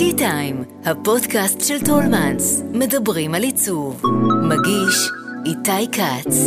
טי טיים, הפודקאסט של טולמנס, מדברים על עיצוב. מגיש איתי קץ.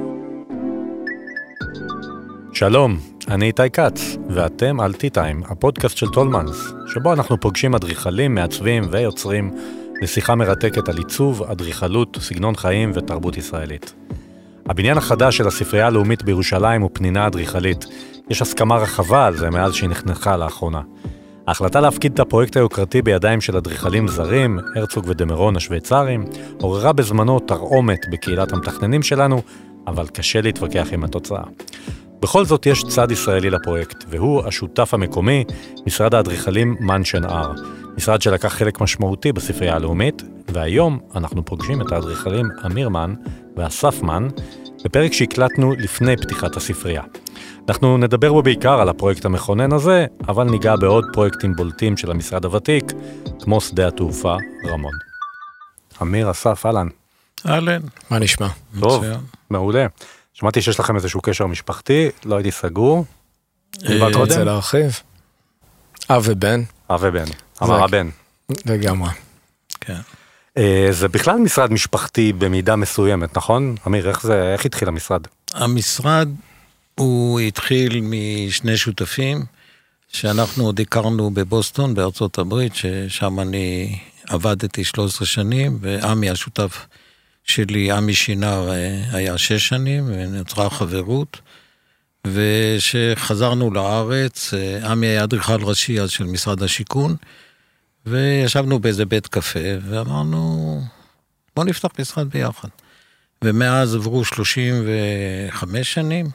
שלום, אני איתי קץ, ואתם על טי טיים, הפודקאסט של טולמנס, שבו אנחנו פוגשים אדריכלים, מעצבים ויוצרים לשיחה מרתקת על עיצוב, אדריכלות, סגנון חיים ותרבות ישראלית. הבניין החדש של הספרייה הלאומית בירושלים הוא פנינה אדריכלית. יש הסכמה רחבה על זה מאז שהיא נחנכה לאחרונה. ההחלטה להפקיד את הפרויקט היוקרתי בידיים של אדריכלים זרים, הרצוג ודמרון השוויצרים, עוררה בזמנו תרעומת בקהילת המתכננים שלנו, אבל קשה להתווכח עם התוצאה. בכל זאת יש צד ישראלי לפרויקט, והוא השותף המקומי, משרד האדריכלים מן שנער. משרד שלקח חלק משמעותי בספרייה הלאומית, והיום אנחנו פוגשים את האדריכלים אמיר מן ואסף מן, בפרק שהקלטנו לפני פתיחת הספרייה. אנחנו נדבר בו בעיקר על הפרויקט המכונן הזה, אבל ניגע בעוד פרויקטים בולטים של המשרד הוותיק, כמו שדה התעופה רמון. אמיר, אסף, אהלן. אהלן. מה נשמע? טוב, מעולה. שמעתי שיש לכם איזשהו קשר משפחתי, לא הייתי סגור. אתה רוצה להרחיב? אב ובן. אב ובן, אמר הבן. לגמרי. כן. זה בכלל משרד משפחתי במידה מסוימת, נכון? אמיר, איך התחיל המשרד? המשרד הוא התחיל משני שותפים, שאנחנו עוד הכרנו בבוסטון, בארצות הברית, ששם אני עבדתי 13 שנים, ועמי השותף שלי, עמי שינר, היה 6 שנים, ונוצרה חברות, ושחזרנו לארץ, עמי היה אדריכל ראשי אז של משרד השיכון, וישבנו באיזה בית קפה, ואמרנו, בוא נפתח משרד ביחד. ומאז עברו 35 שנים,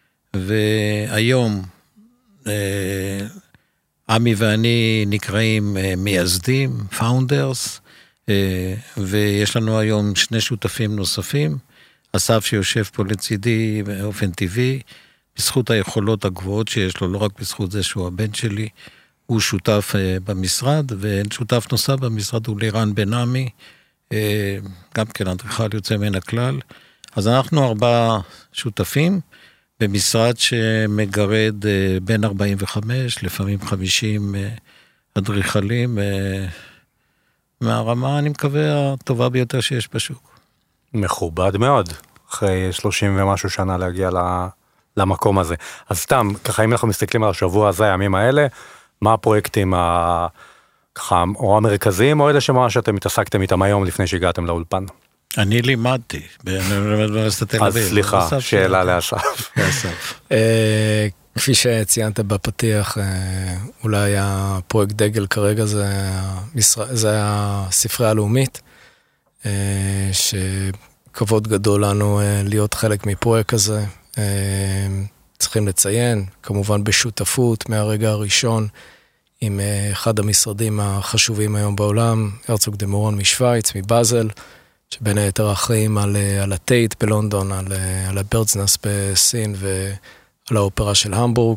והיום עמי ואני נקראים מייסדים, founders, ויש לנו היום 2 שותפים נוספים, אסף שיושב פה לצידי באופן טבעי, בזכות היכולות הגבוהות שיש לו, לא רק בזכות זה שהוא הבן שלי, הוא שותף במשרד, ושותף נוסף במשרד הוא לירן בן עמי, גם כן אדריכל יוצא מן הכלל. אז אנחנו 4 שותפים, במשרד שמגרד בין 45, לפעמים 50 אדריכלים, מהרמה, אני מקווה, הטובה ביותר שיש בשוק. מכובד מאוד, אחרי 30 ומשהו שנה להגיע למקום הזה. אז סתם, ככה אם אנחנו מסתכלים על השבוע הזה, הימים האלה, מה הפרויקטים ככה, או המרכזיים, או אלה שממש שאתם התעסקתם איתם היום לפני שהגעתם לאולפן? אני לימדתי באוניברסיטת תל אביב. אז סליחה, שאלה לאסף. כפי שציינת בפתיח, אולי הפרויקט דגל כרגע זה הספרייה הלאומית, שכבוד גדול לנו להיות חלק מפרויקט הזה. צריכים לציין, כמובן בשותפות מהרגע הראשון, עם אחד המשרדים החשובים היום בעולם, הרצוג דמרון משוויץ, מבאזל, שבין היתר אחראים על הטייט בלונדון, על הברדסנס בסין ועל האופרה של המבורג.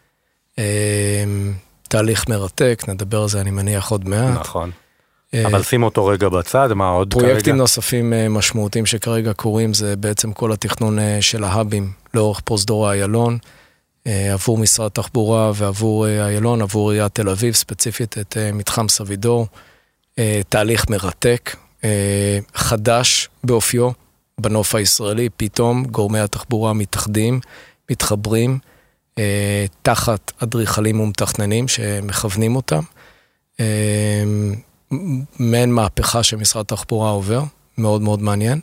תהליך מרתק, נדבר על זה אני מניח עוד מעט. נכון. אבל שימו אותו רגע בצד, מה עוד כרגע? פרויקטים נוספים משמעותיים שכרגע קורים, זה בעצם כל התכנון של ההאבים לאורך פרוזדור איילון, עבור משרד תחבורה ועבור איילון, עבור עיריית תל אביב, ספציפית את מתחם סבידור. תהליך מרתק. חדש באופיו בנוף הישראלי, פתאום גורמי התחבורה מתאחדים, מתחברים, תחת אדריכלים ומתכננים שמכוונים אותם. מעין מהפכה שמשרד התחבורה עובר, מאוד מאוד מעניין.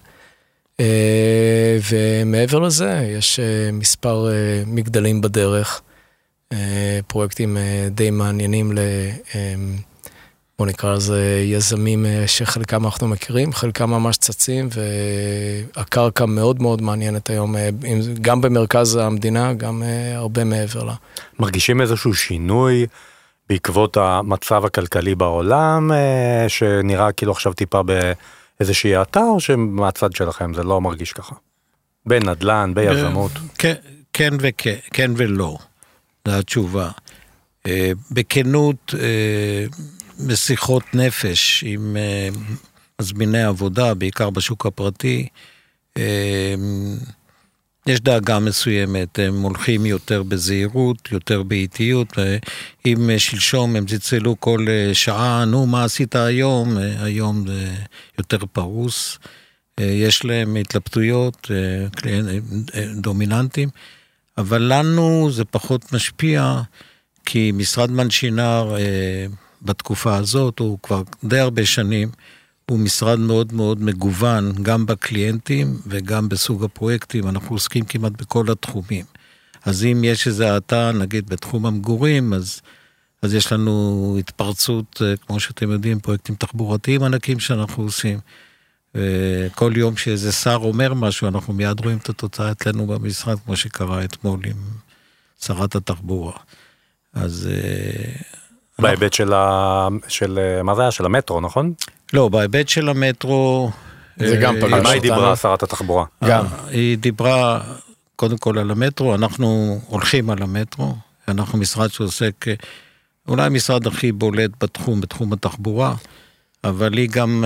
ומעבר לזה, יש מספר מגדלים בדרך, פרויקטים די מעניינים בוא נקרא לזה יזמים שחלקם אנחנו מכירים, חלקם ממש צצים, והקרקע מאוד מאוד מעניינת היום, גם במרכז המדינה, גם הרבה מעבר לה. מרגישים איזשהו שינוי בעקבות המצב הכלכלי בעולם, שנראה כאילו עכשיו טיפה באיזושהי האטה, או שמהצד שלכם זה לא מרגיש ככה? בנדל"ן, ביזמות? כן ולא, זו התשובה. בכנות, בשיחות נפש עם מזמיני עבודה, בעיקר בשוק הפרטי, יש דאגה מסוימת, הם הולכים יותר בזהירות, יותר באיטיות, אם שלשום הם צלצלו כל שעה, נו, מה עשית היום? היום זה יותר פרוס, יש להם התלבטויות, דומיננטים, אבל לנו זה פחות משפיע, כי משרד מנשינר בתקופה הזאת, הוא כבר די הרבה שנים, הוא משרד מאוד מאוד מגוון, גם בקליינטים וגם בסוג הפרויקטים, אנחנו עוסקים כמעט בכל התחומים. אז אם יש איזו האטה, נגיד בתחום המגורים, אז יש לנו התפרצות, כמו שאתם יודעים, פרויקטים תחבורתיים ענקים שאנחנו עושים, וכל יום שאיזה שר אומר משהו, אנחנו מיד רואים את התוצאה אצלנו במשרד, כמו שקרה אתמול עם שרת התחבורה. אז... בהיבט מה זה היה? של המטרו, נכון? לא, בהיבט של המטרו... זה גם פגש אותנו. מה היא דיברה, שרת התחבורה? גם. היא דיברה קודם כל על המטרו, אנחנו הולכים על המטרו, אנחנו משרד שעוסק, אולי המשרד הכי בולט בתחום התחבורה, אבל היא גם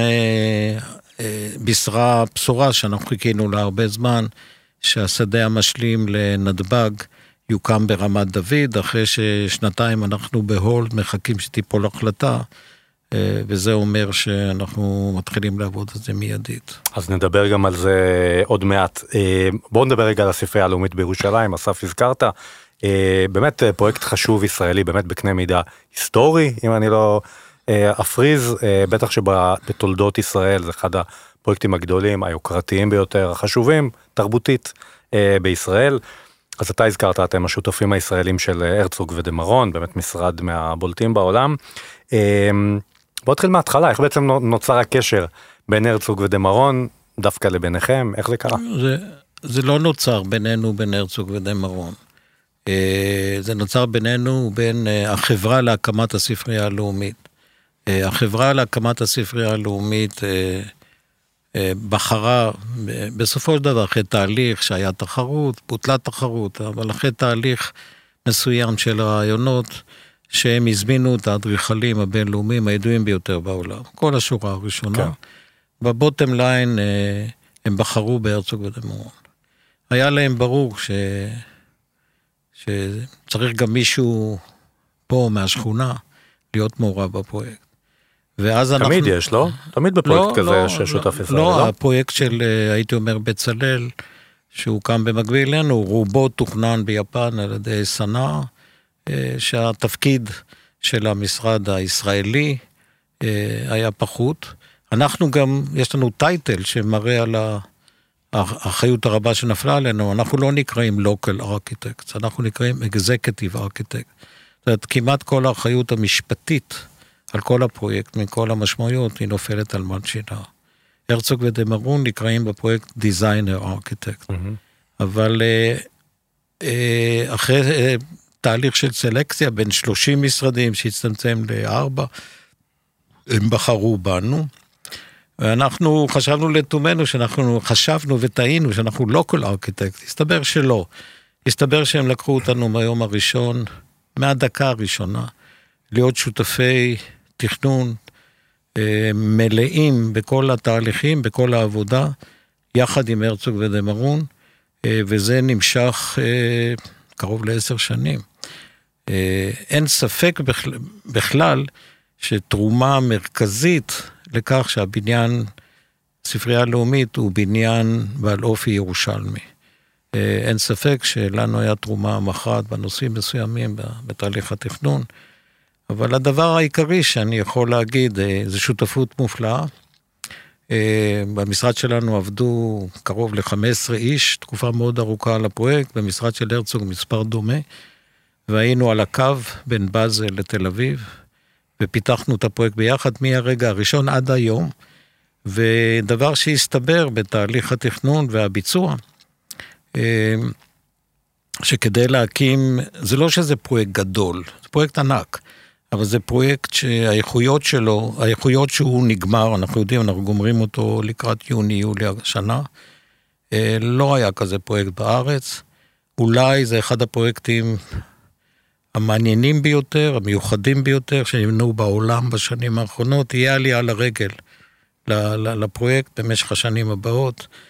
בשורה שאנחנו חיכינו לה הרבה זמן, שהשדה המשלים לנדב"ג יוקם ברמת דוד, אחרי ששנתיים אנחנו בהולד מחכים שתיפול החלטה, וזה אומר שאנחנו מתחילים לעבוד על זה מיידית. אז נדבר גם על זה עוד מעט. בואו נדבר רגע על הספרייה הלאומית בירושלים, אסף הזכרת, באמת פרויקט חשוב ישראלי, באמת בקנה מידה היסטורי, אם אני לא אפריז, בטח שבתולדות ישראל זה אחד הפרויקטים הגדולים, היוקרתיים ביותר, החשובים, תרבותית בישראל. אז אתה הזכרת, אתם השותפים הישראלים של הרצוג ודמרון, באמת משרד מהבולטים בעולם. בוא נתחיל מההתחלה, איך בעצם נוצר הקשר בין הרצוג ודמרון, דווקא לביניכם, איך זה קרה? זה לא נוצר בינינו בין הרצוג ודמרון. זה נוצר בינינו בין החברה להקמת הספרייה הלאומית. החברה להקמת הספרייה הלאומית בחרה, בסופו של דבר, אחרי תהליך שהיה תחרות, בוטלה תחרות, אבל אחרי תהליך מסוים של רעיונות, שהם הזמינו את האדריכלים הבינלאומיים הידועים ביותר בעולם, כל השורה הראשונה, כן. בבוטם ליין הם בחרו בהרצוג ודמרון. היה להם ברור שצריך גם מישהו פה מהשכונה להיות מעורב בפרויקט. תמיד יש, לא? תמיד בפרויקט כזה ששותף ישראל, לא? לא, הפרויקט של, הייתי אומר, בצלאל, שהוא קם במקביל אלינו, רובו תוכנן ביפן על ידי סנא, שהתפקיד של המשרד הישראלי היה פחות. אנחנו גם, יש לנו טייטל שמראה על האחריות הרבה שנפלה עלינו, אנחנו לא נקראים local architects, אנחנו נקראים executive architects. זאת אומרת, כמעט כל האחריות המשפטית על כל הפרויקט, מכל המשמעויות, היא נופלת על מנשינר. הרצוג ודמרון נקראים בפרויקט designer architect. אבל אחרי תהליך של סלקציה בין 30 משרדים שהצטמצם ל4, הם בחרו בנו, ואנחנו חשבנו לתומנו שאנחנו חשבנו וטעינו שאנחנו local architect, הסתבר שלא. הסתבר שהם לקחו אותנו מהיום הראשון, מהדקה הראשונה, להיות שותפי תכנון מלאים בכל התהליכים, בכל העבודה, יחד עם הרצוג ודמרון, וזה נמשך קרוב ל10 שנים. אין ספק בכלל שתרומה מרכזית לכך שהבניין, ספרייה הלאומית, הוא בניין בעל אופי ירושלמי. אין ספק שלנו היה תרומה מכרעת בנושאים מסוימים בתהליך התכנון, אבל הדבר העיקרי שאני יכול להגיד, זה שותפות מופלאה. במשרד שלנו עבדו קרוב ל-15 איש, תקופה מאוד ארוכה על הפרויקט, במשרד של הרצוג מספר דומה, והיינו על הקו בין באזל לתל אביב, ופיתחנו את הפרויקט ביחד מהרגע הראשון עד היום, ודבר שהסתבר בתהליך התכנון והביצוע, שכדי להקים, זה לא שזה פרויקט גדול, זה פרויקט ענק, אבל זה פרויקט שהאיכויות שלו, האיכויות שהוא נגמר, אנחנו יודעים, אנחנו גומרים אותו לקראת יוני-יולי השנה, לא היה כזה פרויקט בארץ, אולי זה אחד הפרויקטים המעניינים ביותר, המיוחדים ביותר, שנבנו בעולם בשנים האחרונות, יהיה עלייה לרגל לפרויקט במשך השנים הבאות,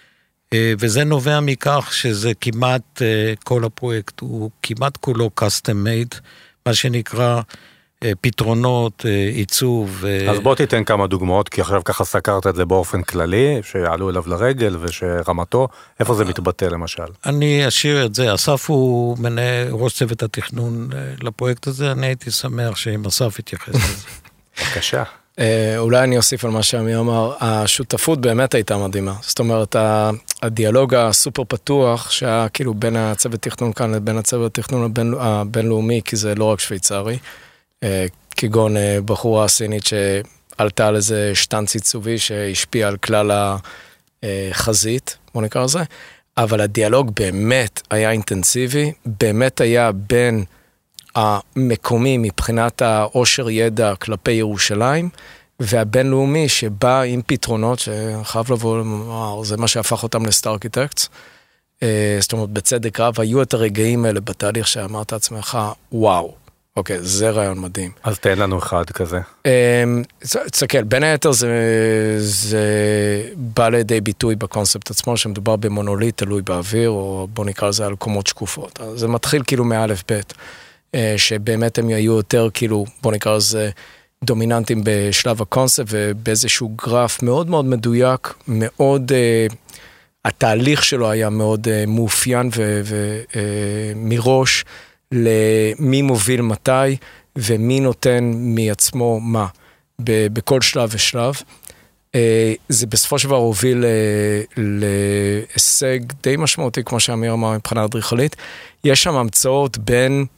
וזה נובע מכך שזה כמעט, כל הפרויקט הוא כמעט כולו custom made, מה שנקרא פתרונות, עיצוב. אז בוא תיתן כמה דוגמאות, כי עכשיו ככה סקרת את זה באופן כללי, שעלו אליו לרגל ושרמתו, איפה זה מתבטא למשל? אני אשאיר את זה, אסף הוא ראש צוות התכנון לפרויקט הזה, אני הייתי שמח שאם אסף יתייחס לזה. בבקשה. אולי אני אוסיף על מה שאמיר אמר, השותפות באמת הייתה מדהימה, זאת אומרת, הדיאלוג הסופר פתוח, שהיה כאילו בין הצוות תכנון כאן לבין הצוות התכנון הבינלאומי, כי זה לא רק שוויצרי, כגון בחורה סינית שעלתה על איזה שטנץ עיצובי שהשפיע על כלל החזית, בוא נקרא לזה, אבל הדיאלוג באמת היה אינטנסיבי, באמת היה בין המקומי מבחינת העושר ידע כלפי ירושלים, והבינלאומי שבא עם פתרונות שחייב לבוא, זה מה שהפך אותם לסטארקיטקטס, זאת אומרת בצדק רב, היו את הרגעים האלה בתהליך שאמרת עצמך, וואו, אוקיי, זה רעיון מדהים. אז תן לנו אחד כזה. תסתכל, בין היתר זה בא לידי ביטוי בקונספט עצמו, שמדובר במונוליט תלוי באוויר, או בוא נקרא לזה על קומות שקופות. אז זה מתחיל כאילו מאלף בית, שבאמת הם היו יותר כאילו, בוא נקרא לזה דומיננטים בשלב הקונספט, ובאיזשהו גרף מאוד מאוד מדויק, מאוד, התהליך שלו היה מאוד מאופיין ומראש, למי מוביל מתי, ומי נותן מעצמו מה, בכל שלב ושלב. זה בסופו של דבר הוביל להישג די משמעותי, כמו שאמיר אמר מבחינה אדריכלית. יש שם המצאות בין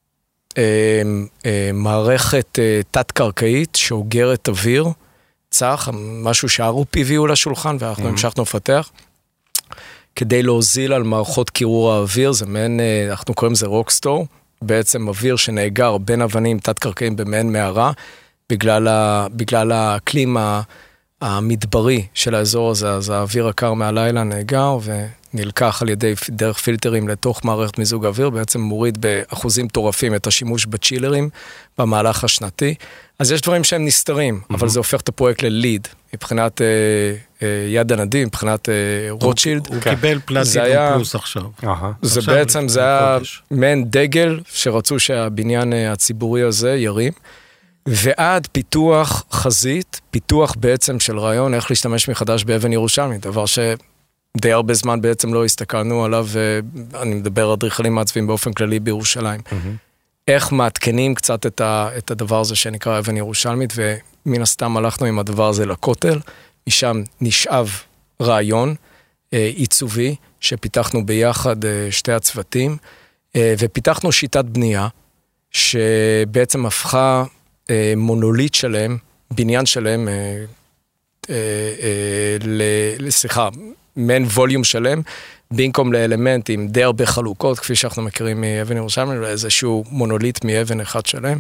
מערכת תת-קרקעית שאוגרת אוויר, צח, משהו שהרופ הביאו לשולחן, ואנחנו המשכנו לפתח, כדי להוזיל על מערכות קירור האוויר, זה מעין, אנחנו קוראים לזה רוקסטור, בעצם אוויר שנאגר בין אבנים תת-קרקעיים במעין מערה, בגלל האקלים המדברי של האזור הזה, אז האוויר הקר מהלילה נאגר, ונלקח על ידי דרך פילטרים לתוך מערכת מיזוג האוויר, בעצם מוריד באחוזים טורפים את השימוש בצ'ילרים במהלך השנתי. אז יש דברים שהם נסתרים, אבל זה הופך את הפרויקט לליד, מבחינת יד הנדיב, מבחינת רוטשילד. הוא קיבל פלטיניום פלוס עכשיו. זה בעצם, זה היה מעין דגל שרצו שהבניין הציבורי הזה ירים, ועד פיתוח חזית, פיתוח בעצם של רעיון, איך להשתמש מחדש באבן ירושלמית, דבר שדי הרבה זמן בעצם לא הסתכלנו עליו, ואני מדבר אדריכלים מעצבים באופן כללי בירושלים. איך מעדכנים קצת את הדבר הזה שנקרא אבן ירושלמית, ומן הסתם הלכנו עם הדבר הזה לכותל, משם נשאב רעיון עיצובי, שפיתחנו ביחד שתי הצוותים, ופיתחנו שיטת בנייה, שבעצם הפכה מונוליט שלם, בניין שלם, מעין ווליום שלם, במקום לאלמנטים די הרבה חלוקות, כפי שאנחנו מכירים מאבן ירושלים, לאיזשהו מונוליט מאבן אחד שלם,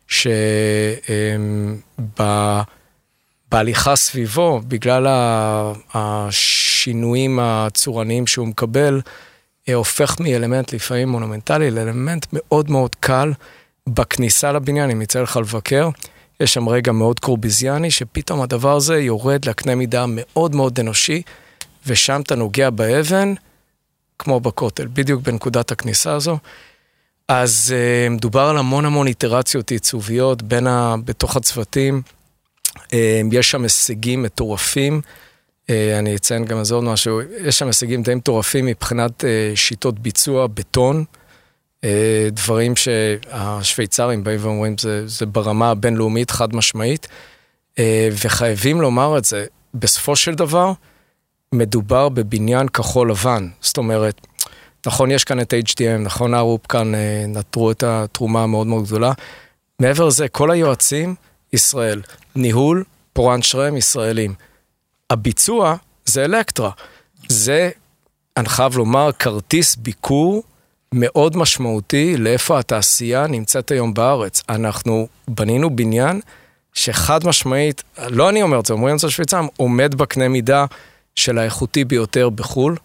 בהליכה סביבו, בגלל השינויים הצורניים שהוא מקבל, הופך מאלמנט לפעמים מונומנטלי, לאלמנט מאוד מאוד קל בכניסה לבניין, אם יצא לך לבקר, יש שם רגע מאוד קורביזיאני, שפתאום הדבר הזה יורד לקנה מידה מאוד מאוד אנושי, ושם אתה נוגע באבן, כמו בכותל, בדיוק בנקודת הכניסה הזו. אז מדובר על המון איטרציות עיצוביות בתוך הצוותים, יש שם הישגים מטורפים, אני אציין גם איזה עוד משהו, יש שם הישגים די מטורפים מבחינת שיטות ביצוע, בטון, דברים שהשוויצרים באים ואומרים, זה ברמה הבינלאומית חד משמעית, וחייבים לומר את זה, בסופו של דבר, מדובר בבניין כחול לבן, זאת אומרת, נכון, יש כאן את HDM, נכון, הרופ כאן נטרו את התרומה המאוד מאוד גדולה, מעבר לזה, כל היועצים, ישראל, ניהול, פורן שרם, ישראלים, הביצוע זה אלקטרה, זה, אני חייב לומר, כרטיס ביקור מאוד משמעותי לאיפה התעשייה נמצאת היום בארץ. אנחנו בנינו בניין שחד משמעית, לא אני אומר את זה, אומרים את זה שוויצרים, עומד בקנה מידה של האיכותי ביותר בחול,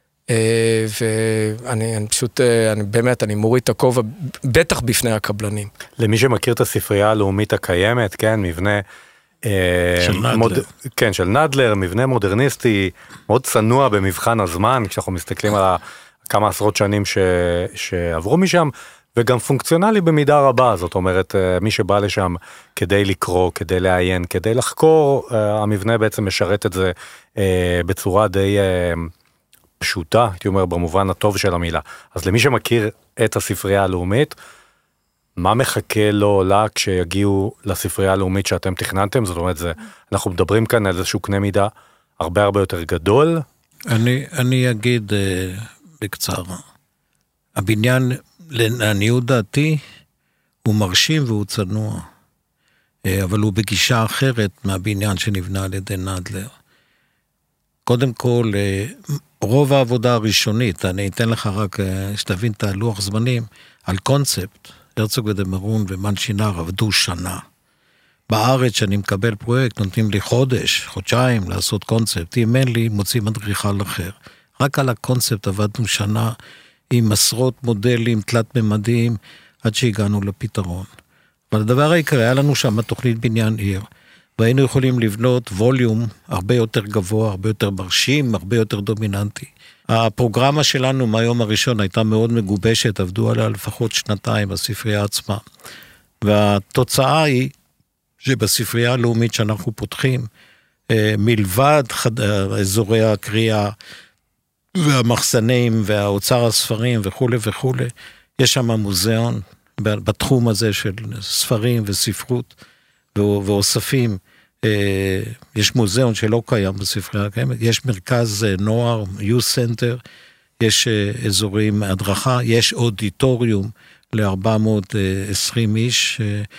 ואני פשוט, אני מוריד את הכובע, בטח בפני הקבלנים. למי שמכיר את הספרייה הלאומית הקיימת, כן, מבנה של נדלר. כן, של נדלר, מבנה מודרניסטי, מאוד צנוע במבחן הזמן, כשאנחנו מסתכלים על כמה עשרות שנים שעברו משם, וגם פונקציונלי במידה רבה, זאת אומרת, מי שבא לשם כדי לקרוא, כדי לעיין, כדי לחקור, המבנה בעצם משרת את זה בצורה די פשוטה, הייתי אומר, במובן הטוב של המילה. אז למי שמכיר את הספרייה הלאומית, מה מחכה לו לה כשיגיעו לספרייה הלאומית שאתם תכננתם? זאת אומרת, אנחנו מדברים כאן על איזשהו קנה מידה הרבה הרבה יותר גדול. אני אגיד בקצרה. הבניין, לעניות דעתי, הוא מרשים והוא צנוע. אבל הוא בגישה אחרת מהבניין שנבנה על ידי נדלר. קודם כל, רוב העבודה הראשונית, אני אתן לך רק שתבין את הלוח זמנים, על קונספט, הרצוג ודמרון ומנשינר עבדו שנה. בארץ שאני מקבל פרויקט, נותנים לי חודש, חודשיים לעשות קונספט, אם אין לי, מוצאים אדריכל אחר. רק על הקונספט עבדנו שנה, עם עשרות מודלים, תלת ממדיים, עד שהגענו לפתרון. אבל הדבר העיקרי, היה לנו שם תוכנית בניין עיר, והיינו יכולים לבנות ווליום הרבה יותר גבוה, הרבה יותר מרשים, הרבה יותר דומיננטי. הפרוגרמה שלנו מהיום הראשון הייתה מאוד מגובשת, עבדו עליה לפחות שנתיים בספרייה עצמה. והתוצאה היא שבספרייה הלאומית שאנחנו פותחים, מלבד אזורי הקריאה והמחסנים והאוצר הספרים וכו' וכו', יש שם מוזיאון בתחום הזה של ספרים וספרות ואוספים. יש מוזיאון שלא קיים בספרייה הקיימת, יש מרכז נוער, youth center, יש אזורים הדרכה, יש אודיטוריום ל-420 איש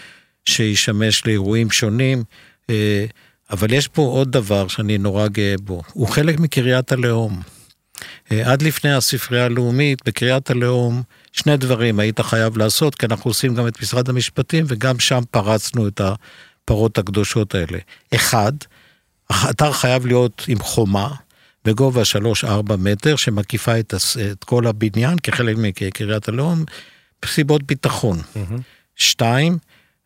שישמש לאירועים שונים, אבל יש פה עוד דבר שאני נורא גאה בו, הוא חלק מקריית הלאום. עד לפני הספרייה הלאומית, בקריית הלאום, שני דברים היית חייב לעשות, כי אנחנו עושים גם את משרד המשפטים, וגם שם פרצנו את הפרות הקדושות האלה. אחד, האתר חייב להיות עם חומה, בגובה 3-4 מטר, שמקיפה את כל הבניין, כחלק מקריית הלאום, בסיבות ביטחון. 2,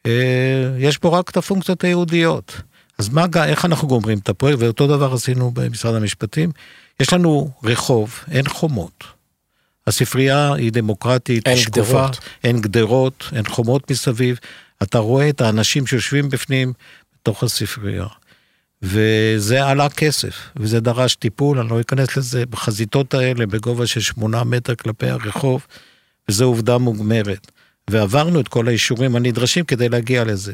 יש פה רק את הפונקציות היהודיות. אז איך אנחנו גומרים את הפרויקט, ואותו דבר עשינו במשרד המשפטים, יש לנו רחוב, אין חומות. הספרייה היא דמוקרטית, אין שקופה, גדרות. אין גדרות, אין חומות מסביב. אתה רואה את האנשים שיושבים בפנים בתוך הספרייה. וזה עלה כסף, וזה דרש טיפול, אני לא אכנס לזה, בחזיתות האלה, בגובה של 8 מטר כלפי הרחוב, וזו עובדה מוגמרת. ועברנו את כל האישורים הנדרשים כדי להגיע לזה.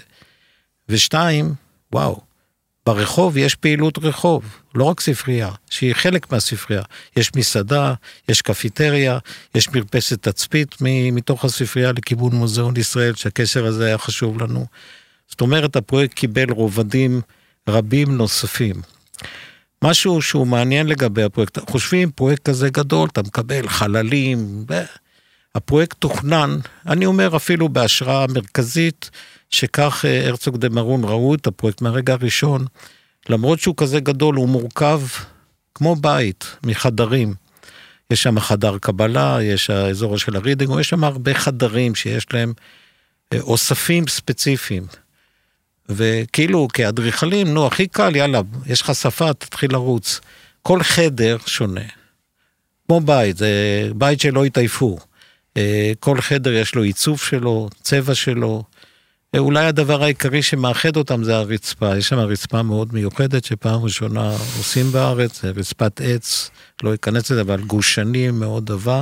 2, וואו, ברחוב יש פעילות רחוב, לא רק ספרייה, שהיא חלק מהספרייה. יש מסעדה, יש קפיטריה, יש מרפסת תצפית מתוך הספרייה לכיוון מוזיאון ישראל, שהקשר הזה היה חשוב לנו. זאת אומרת, הפרויקט קיבל רובדים רבים נוספים. משהו שהוא מעניין לגבי הפרויקט, חושבים, פרויקט כזה גדול, אתה מקבל חללים, הפרויקט תוכנן, אני אומר אפילו בהשראה מרכזית, שכך הרצוג דמרון ראו את הפרויקט מהרגע הראשון, למרות שהוא כזה גדול, הוא מורכב כמו בית, מחדרים. יש שם חדר קבלה, יש האזור של הרידינג, יש שם הרבה חדרים שיש להם אוספים ספציפיים. וכאילו כאדריכלים, נו, הכי קל, יאללה, יש לך שפה, תתחיל לרוץ. כל חדר שונה. כמו בית, זה בית שלא יתעייפו. כל חדר יש לו עיצוב שלו, צבע שלו. אולי הדבר העיקרי שמאחד אותם זה הרצפה. יש שם רצפה מאוד מיוחדת שפעם ראשונה עושים בארץ, זה רצפת עץ, לא אכנס לזה, אבל גושנים מאוד דבר.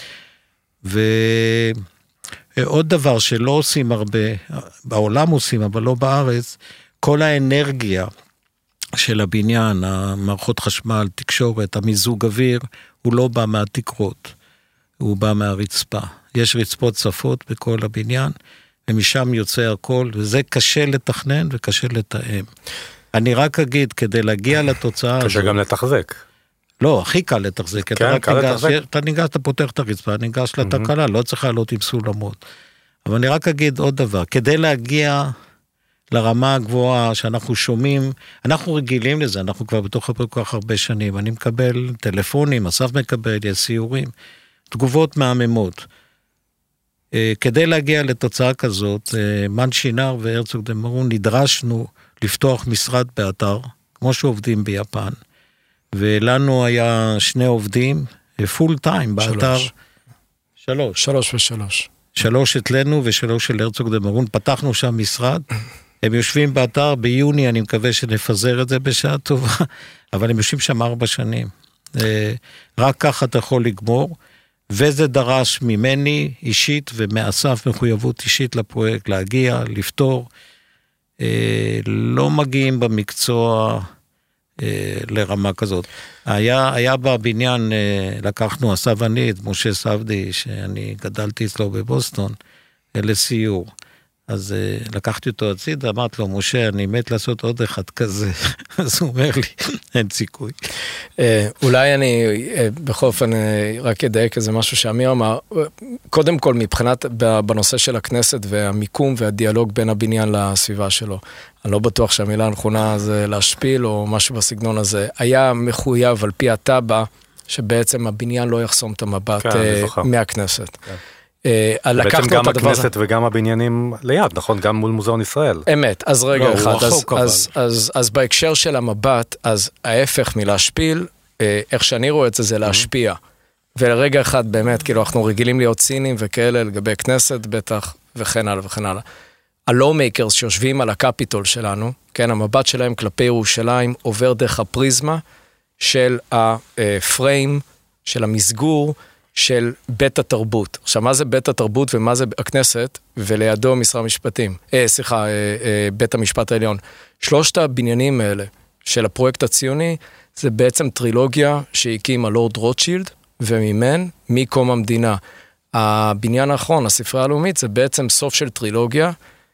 ועוד דבר שלא עושים הרבה, בעולם עושים, אבל לא בארץ, כל האנרגיה של הבניין, המערכות חשמל, תקשורת, המיזוג אוויר, הוא לא בא מהתקרות, הוא בא מהרצפה. יש רצפות צפות בכל הבניין, ומשם יוצא הכל, וזה קשה לתכנן וקשה לתאם. אני רק אגיד, כדי להגיע לתוצאה קשה גם לתחזק. לא, הכי קל לתחזק. כן, קל לתחזק. אתה ניגש, אתה פותח את הרצפה, ניגש לתקלה, לא צריך לעלות עם סולמות. אבל אני רק אגיד עוד דבר, כדי להגיע לרמה הגבוהה שאנחנו שומעים, אנחנו רגילים לזה, אנחנו כבר בתוך הפרויקט כל כך הרבה שנים, אני מקבל טלפונים, אסף מקבל, יש סיורים, תגובות מהממות. כדי להגיע לתוצאה כזאת, מנשינר והרצוג דמרון נדרשנו לפתוח משרד באתר, כמו שעובדים ביפן, ולנו היה 2 עובדים, פול טיים באתר. 3. 3 אצלנו ו3 של הרצוג דמרון, פתחנו שם משרד, הם יושבים באתר ביוני, אני מקווה שנפזר את זה בשעה טובה, אבל הם יושבים שם 4 שנים. רק ככה אתה יכול לגמור, וזה דרש ממני אישית ומאסף מחויבות אישית לפרויקט, להגיע, לפתור. לא מגיעים במקצוע לרמה כזאת. היה בבניין, לקחנו אסף ואני, את משה סבדי, שאני גדלתי אצלו בבוסטון, לסיור. אז לקחתי אותו הצידה, אמרתי לו, משה, אני מת לעשות עוד אחד כזה. אז הוא אומר לי, אין סיכוי. אולי אני, בכל אופן, רק אדייק איזה משהו שאמיר אמר, קודם כל, מבחינת, בנושא של הכנסת והמיקום והדיאלוג בין הבניין לסביבה שלו. אני לא בטוח שהמילה הנכונה זה להשפיל או משהו בסגנון הזה. היה מחויב על פי הטבע, שבעצם הבניין לא יחסום את המבט מהכנסת. בעצם גם הכנסת וגם הבניינים ליד, נכון? גם מול מוזיאון ישראל. אמת, אז רגע אחד, אז בהקשר של המבט, אז ההפך מלהשפיל, איך שאני רואה את זה, זה להשפיע. ולרגע אחד באמת, כאילו אנחנו רגילים להיות ציניים וכאלה, לגבי כנסת בטח, וכן הלאה וכן הלאה. הלואו-מייקרס שיושבים על הקפיטול שלנו, כן, המבט שלהם כלפי ירושלים, עובר דרך הפריזמה של הפריים, של המסגור, של בית התרבות. עכשיו, מה זה בית התרבות ומה זה הכנסת, ולידו משרד המשפטים, בית המשפט העליון. 3 הבניינים האלה של הפרויקט הציוני, זה בעצם טרילוגיה שהקים הלורד רוטשילד, וממן מקום המדינה. הבניין האחרון, הספרייה הלאומית, זה בעצם סוף של טרילוגיה,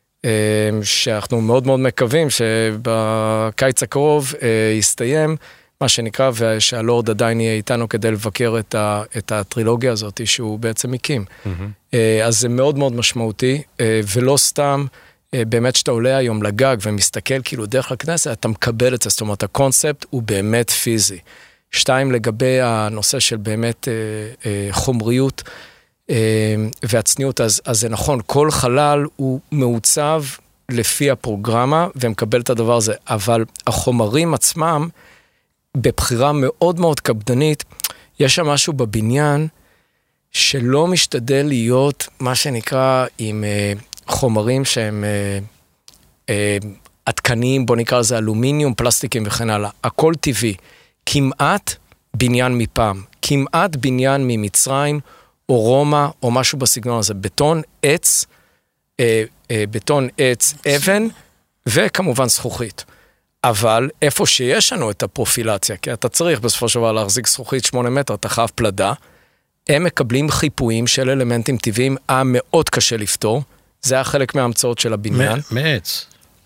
שאנחנו מאוד מאוד מקווים שבקיץ הקרוב יסתיים, מה שנקרא, ושהלורד עדיין יהיה איתנו כדי לבקר את הטרילוגיה הזאת שהוא בעצם הקים. אז זה מאוד מאוד משמעותי, ולא סתם, באמת שאתה עולה היום לגג ומסתכל כאילו דרך לכנסת, אתה מקבל את זה, זאת אומרת, הקונספט הוא באמת פיזי. 2, לגבי הנושא של באמת חומריות והצניעות, אז זה נכון, כל חלל הוא מעוצב לפי הפרוגרמה, ומקבל את הדבר הזה, אבל החומרים עצמם, בבחירה מאוד מאוד קפדנית, יש שם משהו בבניין שלא משתדל להיות מה שנקרא עם חומרים שהם עדכניים, בוא נקרא לזה אלומיניום, פלסטיקים וכן הלאה. הכל טבעי. כמעט בניין מפעם, כמעט בניין ממצרים או רומא או משהו בסגנון הזה. בטון עץ, אבן וכמובן זכוכית. אבל איפה שיש לנו את הפרופילציה, כי אתה צריך בסופו של דבר להחזיק זכוכית 8 מטר, אתה חייב פלדה, הם מקבלים חיפויים של אלמנטים טבעיים, מאוד קשה לפתור, זה היה חלק מההמצאות של הבניין. מעץ.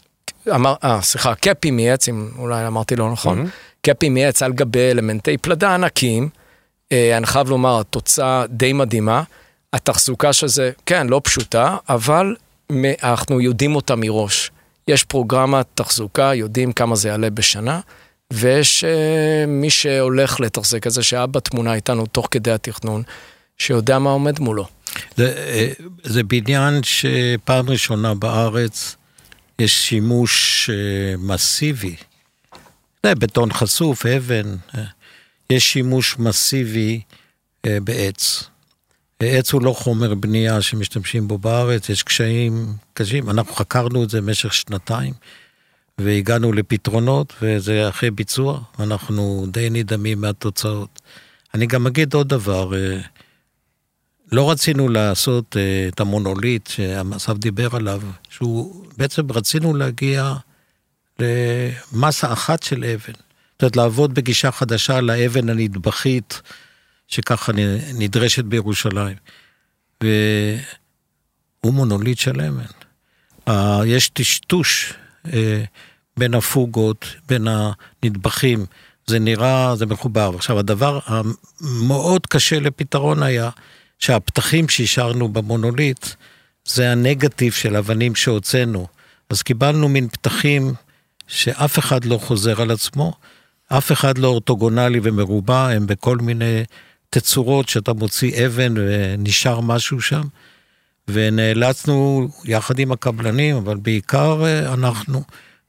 קפי מעץ, אם אולי אמרתי לא נכון, קפי מעץ על גבי אלמנטי פלדה ענקים, אני חייב לומר, התוצאה די מדהימה, התחזוקה שזה, כן, לא פשוטה, אבל אנחנו יודעים אותה מראש. יש פרוגרמת תחזוקה, יודעים כמה זה יעלה בשנה, ויש מי שהולך לתחזק את זה, שהיה בתמונה איתנו תוך כדי התכנון, שיודע מה עומד מולו. זה בניין שפעם ראשונה בארץ יש שימוש מסיבי, זה בטון חשוף, אבן, יש שימוש מסיבי בעץ. עץ הוא לא חומר בנייה שמשתמשים בו בארץ, יש קשיים קשים, אנחנו חקרנו את זה במשך 2 והגענו לפתרונות, וזה אחרי ביצוע, אנחנו די נדהמים מהתוצאות. אני גם אגיד עוד דבר, לא רצינו לעשות את המונוליט שהמסף דיבר עליו, שהוא בעצם רצינו להגיע למסה אחת של אבן, זאת אומרת לעבוד בגישה חדשה לאבן הנדבכית, שככה נדרשת בירושלים. והוא מונוליט של אבן. יש טשטוש בין הפוגות, בין הנדבכים, זה נראה, זה מחובר. עכשיו, הדבר המאוד קשה לפתרון היה, שהפתחים שהשארנו במונוליט, זה הנגטיב של אבנים שהוצאנו. אז קיבלנו מין פתחים שאף אחד לא חוזר על עצמו, אף אחד לא אורתוגונלי ומרובע, הם בכל מיני תצורות שאתה מוציא אבן ונשאר משהו שם, ונאלצנו יחד עם הקבלנים, אבל בעיקר אנחנו,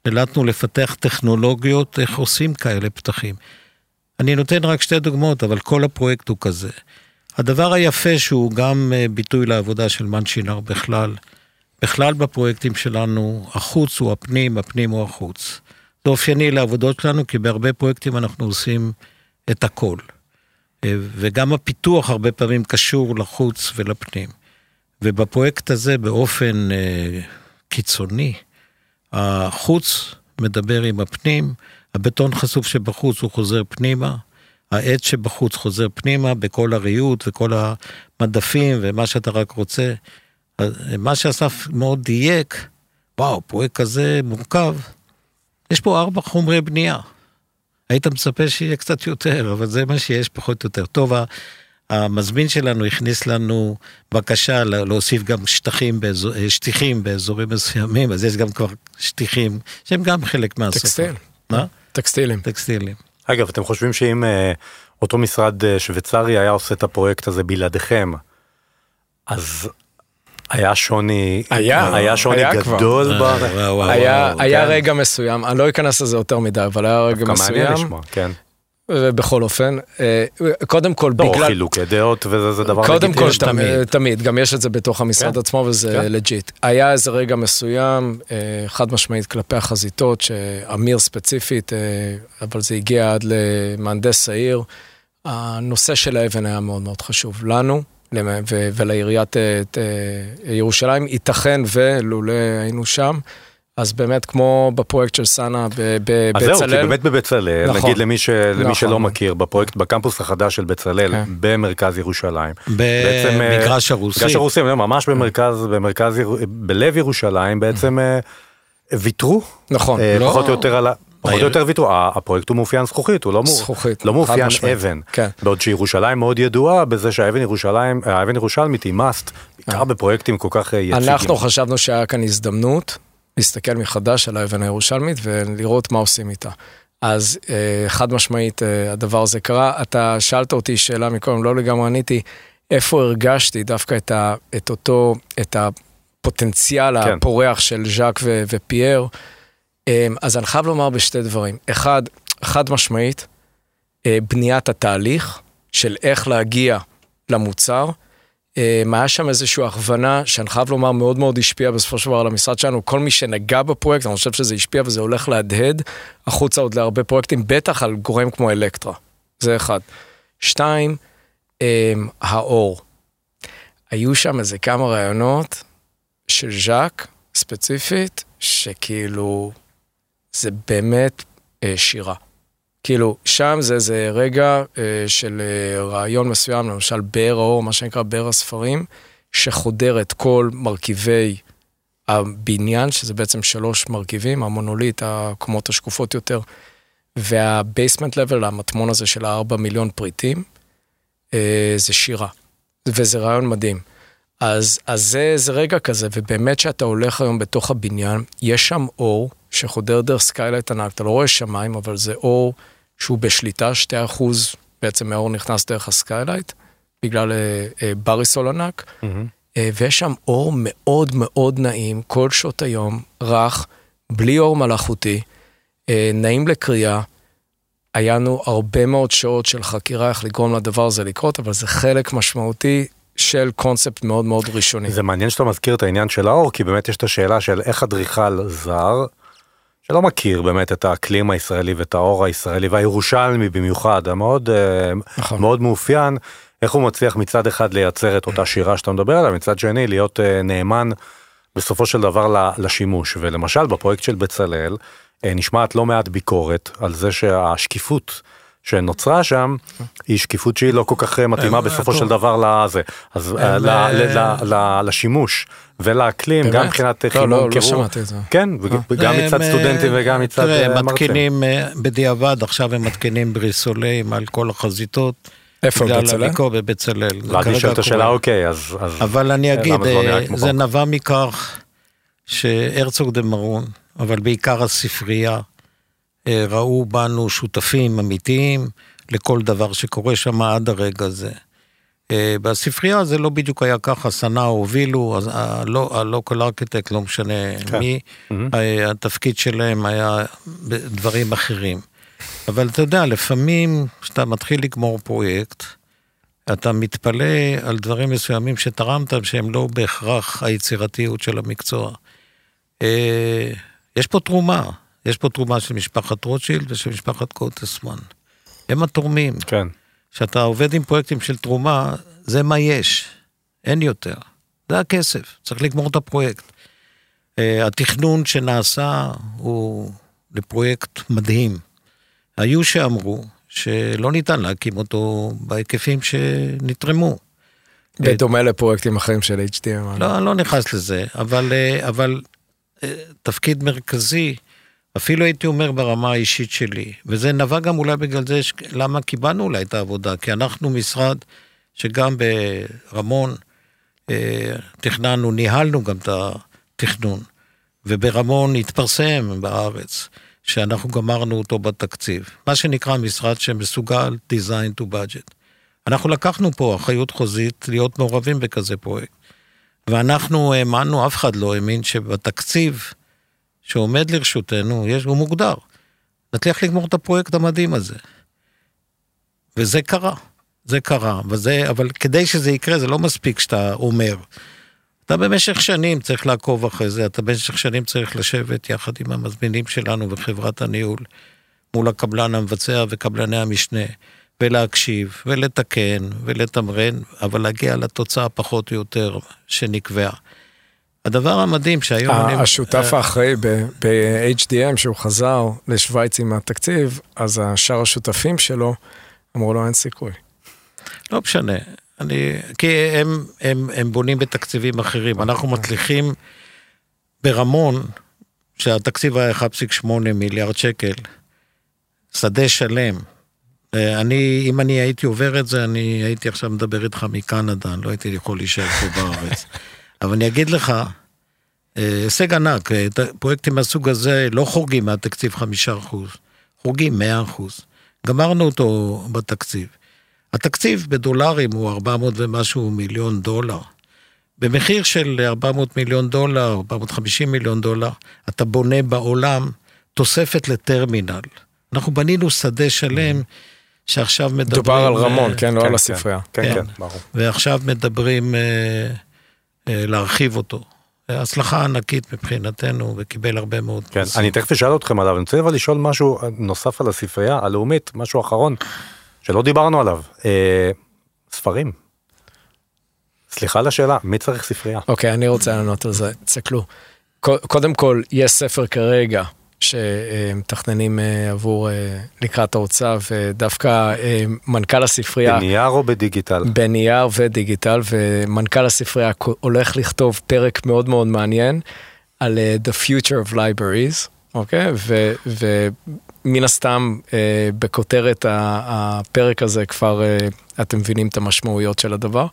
החלטנו לפתח טכנולוגיות, איך עושים כאלה פתחים. אני נותן רק 2 דוגמאות, אבל כל הפרויקט הוא כזה. הדבר היפה שהוא גם ביטוי לעבודה של מנשינר בכלל בפרויקטים שלנו, החוץ הוא הפנים, הפנים הוא החוץ. זה אופייני לעבודות שלנו, כי בהרבה פרויקטים אנחנו עושים את הכל. וגם הפיתוח הרבה פעמים קשור לחוץ ולפנים. ובפרויקט הזה באופן קיצוני, החוץ מדבר עם הפנים, הבטון חשוף שבחוץ הוא חוזר פנימה, העץ שבחוץ חוזר פנימה, בכל הריהוט וכל המדפים ומה שאתה רק רוצה. מה שאסף מאוד דייק, וואו, פרויקט כזה מורכב, יש פה 4 חומרי בנייה. היית מצפה שיהיה קצת יותר, אבל זה מה שיש פחות יותר. טוב, המזמין שלנו הכניס לנו בקשה להוסיף גם שטיחים באזורים מסוימים, אז יש גם כבר שטיחים, שהם גם חלק מהסוף. טקסטיל. מה? טקסטילים. טקסטילים. אגב, אתם חושבים שאם אותו משרד שוויצרי היה עושה את הפרויקט הזה בלעדיכם, אז היה שוני, היה שוני גדול. היה רגע מסוים, אני לא אכנס לזה יותר מדי, אבל היה רגע מסוים. כן. ובכל אופן, קודם כל בגלל... לא, חילוקי דעות וזה דבר קודם כל תמיד, גם יש את זה בתוך המשרד עצמו וזה לג'יט. היה איזה רגע מסוים, חד משמעית כלפי החזיתות, שאמיר ספציפית, אבל זה הגיע עד למהנדס העיר, הנושא של האבן היה מאוד מאוד חשוב לנו, ולעיריית ירושלים, ייתכן ולולא היינו שם, אז באמת כמו בפרויקט של סאנה בבצלאל. אז זהו, כי באמת בבצלאל, נגיד למי שלא מכיר, בפרויקט, בקמפוס החדש של בצלאל, במרכז ירושלים. במגרש הרוסי. מגרש הרוסי, ממש במרכז, בלב ירושלים, בעצם ויתרו. נכון. פחות או יותר על פחות או יותר ויתרו, הפרויקט הוא מאופיין זכוכית, הוא לא מאופיין אבן, בעוד שירושלים מאוד ידועה בזה שהאבן ירושלמית היא מאסט, בעיקר בפרויקטים כל כך יציגים. אנחנו חשבנו שהיה כאן הזדמנות, להסתכל מחדש על האבן הירושלמית ולראות מה עושים איתה. אז חד משמעית הדבר הזה קרה, אתה שאלת אותי שאלה מקודם, לא לגמרי עניתי, איפה הרגשתי דווקא את הפוטנציאל הפורח של ז'אק ופייר, אז אני חייב לומר בשתי דברים. אחד, חד משמעית, בניית התהליך של איך להגיע למוצר, היה שם איזושהי הכוונה שאני חייב לומר מאוד מאוד השפיע בסופו של דבר על המשרד שלנו, כל מי שנגע בפרויקט, אני חושב שזה השפיע וזה הולך להדהד, החוצה עוד להרבה פרויקטים, בטח על גורם כמו אלקטרה, זה אחד. 2, האור. היו שם איזה כמה רעיונות של ז'אק ספציפית, שכאילו זה באמת שירה. כאילו, שם זה רגע של רעיון מסוים, למשל באר האור, מה שנקרא באר הספרים, שחודר את כל מרכיבי הבניין, שזה בעצם 3 מרכיבים, המונוליט, הקומות השקופות יותר, והבייסמנט לבל, המטמון הזה של 4 מיליון פריטים, זה שירה. וזה רעיון מדהים. אז זה רגע כזה, ובאמת שאתה הולך היום בתוך הבניין, יש שם אור שחודר דרך סקיילייט ענק, אתה לא רואה שמיים, אבל זה אור שהוא בשליטה, 2% בעצם מהאור נכנס דרך הסקיילייט, בגלל בריסול ענק, ויש שם אור מאוד מאוד נעים, כל שעות היום, רך, בלי אור מלאכותי, נעים לקריאה, היה לנו הרבה מאוד שעות של חקירה, איך לגרום לדבר הזה לקרות, אבל זה חלק משמעותי, של קונספט מאוד מאוד ראשוני. זה מעניין שאתה מזכיר את העניין של האור, כי באמת יש את השאלה של איך אדריכל זר, שלא מכיר באמת את האקלים הישראלי ואת האור הישראלי, והירושלמי במיוחד, המאוד מאוד מאופיין, איך הוא מצליח מצד אחד לייצר את אותה שירה שאתה מדבר עליה, מצד שני להיות נאמן בסופו של דבר לשימוש, ולמשל בפרויקט של בצלאל, נשמעת לא מעט ביקורת על זה שהשקיפות שנוצרה שם, היא שקיפות שהיא לא כל כך מתאימה בסופו של דבר לזה. אז לשימוש ולאקלים, גם מבחינת חימום, לא שמעתי את זה. כן, וגם מצד סטודנטים וגם מצד מרצים. מתקינים בדיעבד, עכשיו הם מתקינים בריסולים על כל החזיתות. איפה בצלאל? בבצלאל. ואני שואל את השאלה, אוקיי, אז... אבל אני אגיד, זה נבע מכך שהרצוג דה מרון, אבל בעיקר הספרייה, ראו בנו שותפים אמיתיים לכל דבר שקורה שם עד הרגע הזה. בספרייה זה לא בדיוק היה ככה, סנה הובילו, אז הלוקל ארכיטקט, לא משנה מי, התפקיד שלהם היה בדברים אחרים. אבל אתה יודע, לפעמים כשאתה מתחיל לגמור פרויקט, אתה מתפלא על דברים מסוימים שתרמת, שהם לא בהכרח היצירתיות של המקצוע. יש פה תרומה, יש פה תרומה של משפחת רוטשילד ושל משפחת קוטסמן. הם התורמים. כן. כשאתה עובד עם פרויקטים של תרומה, זה מה יש, אין יותר. זה הכסף, צריך לגמור את הפרויקט. התכנון שנעשה הוא לפרויקט מדהים. היו שאמרו שלא ניתן להקים אותו בהיקפים שנתרמו. בדומה לפרויקטים אחרים של HDM. לא, אני לא נכנס לזה, אבל תפקיד מרכזי, אפילו הייתי אומר ברמה האישית שלי, וזה נבע גם אולי בגלל זה, למה קיבלנו אולי את העבודה, כי אנחנו משרד שגם ברמון תכננו, ניהלנו גם את התכנון, וברמון התפרסם בארץ, שאנחנו גמרנו אותו בתקציב, מה שנקרא משרד שמסוגל design to budget. אנחנו לקחנו פה אחריות חוזית להיות מעורבים בכזה פרויקט, ואנחנו האמנו, אף אחד לא האמין שבתקציב שעומד לרשותנו, הוא מוגדר. נצליח לגמור את הפרויקט המדהים הזה. וזה קרה. זה קרה. אבל כדי שזה יקרה, זה לא מספיק שאתה אומר. אתה במשך שנים צריך לעקוב אחרי זה, אתה במשך שנים צריך לשבת יחד עם המזמינים שלנו וחברת הניהול, מול הקבלן המבצע וקבלני המשנה, ולהקשיב, ולתקן, ולתמרן, אבל להגיע לתוצאה פחות או יותר שנקבעה. הדבר המדהים שהיום... השותף האחראי ב-HDM שהוא חזר לשוויץ עם התקציב, אז השאר השותפים שלו אמרו לו אין סיכוי. לא משנה, כי הם בונים בתקציבים אחרים. אנחנו מצליחים ברמון, שהתקציב היה 1.8 מיליארד שקל, שדה שלם. אם אני הייתי עובר את זה, אני הייתי עכשיו מדבר איתך מקנדה, אני לא הייתי יכול להישאר פה בארץ. אבל אני אגיד לך, הישג ענק, פרויקטים מהסוג הזה לא חורגים מהתקציב 5%, חורגים 100%. גמרנו אותו בתקציב. התקציב בדולרים הוא 400 ומשהו מיליון דולר. במחיר של 400 מיליון דולר, 450 מיליון דולר, אתה בונה בעולם תוספת לטרמינל. אנחנו בנינו שדה שלם, שעכשיו מדברים... דובר על רמון, כן, לא על הספרייה. כן, ברור. ועכשיו מדברים להרחיב אותו. הצלחה ענקית מבחינתנו, וקיבל הרבה מאוד כן, אני תכף אשאל אתכם עליו, אני רוצה אבל לשאול משהו נוסף על הספרייה הלאומית, משהו אחרון, שלא דיברנו עליו. ספרים. סליחה על השאלה, מי צריך ספרייה? אוקיי, אני רוצה לענות על זה, תסתכלו. קודם כל, יש ספר כרגע, שמתכננים עבור לקראת ההוצאה, ודוווקא מנכ"ל הספרייה... בנייר או בדיגיטל? בנייר ודיגיטל, ומנכ"ל הספרייה הולך לכתוב פרק מאוד מאוד מעניין, על The Future of Libraries, אוקיי? ומן הסתם, בכותרת הפרק הזה כבר אתם מבינים את המשמעויות של הדבר.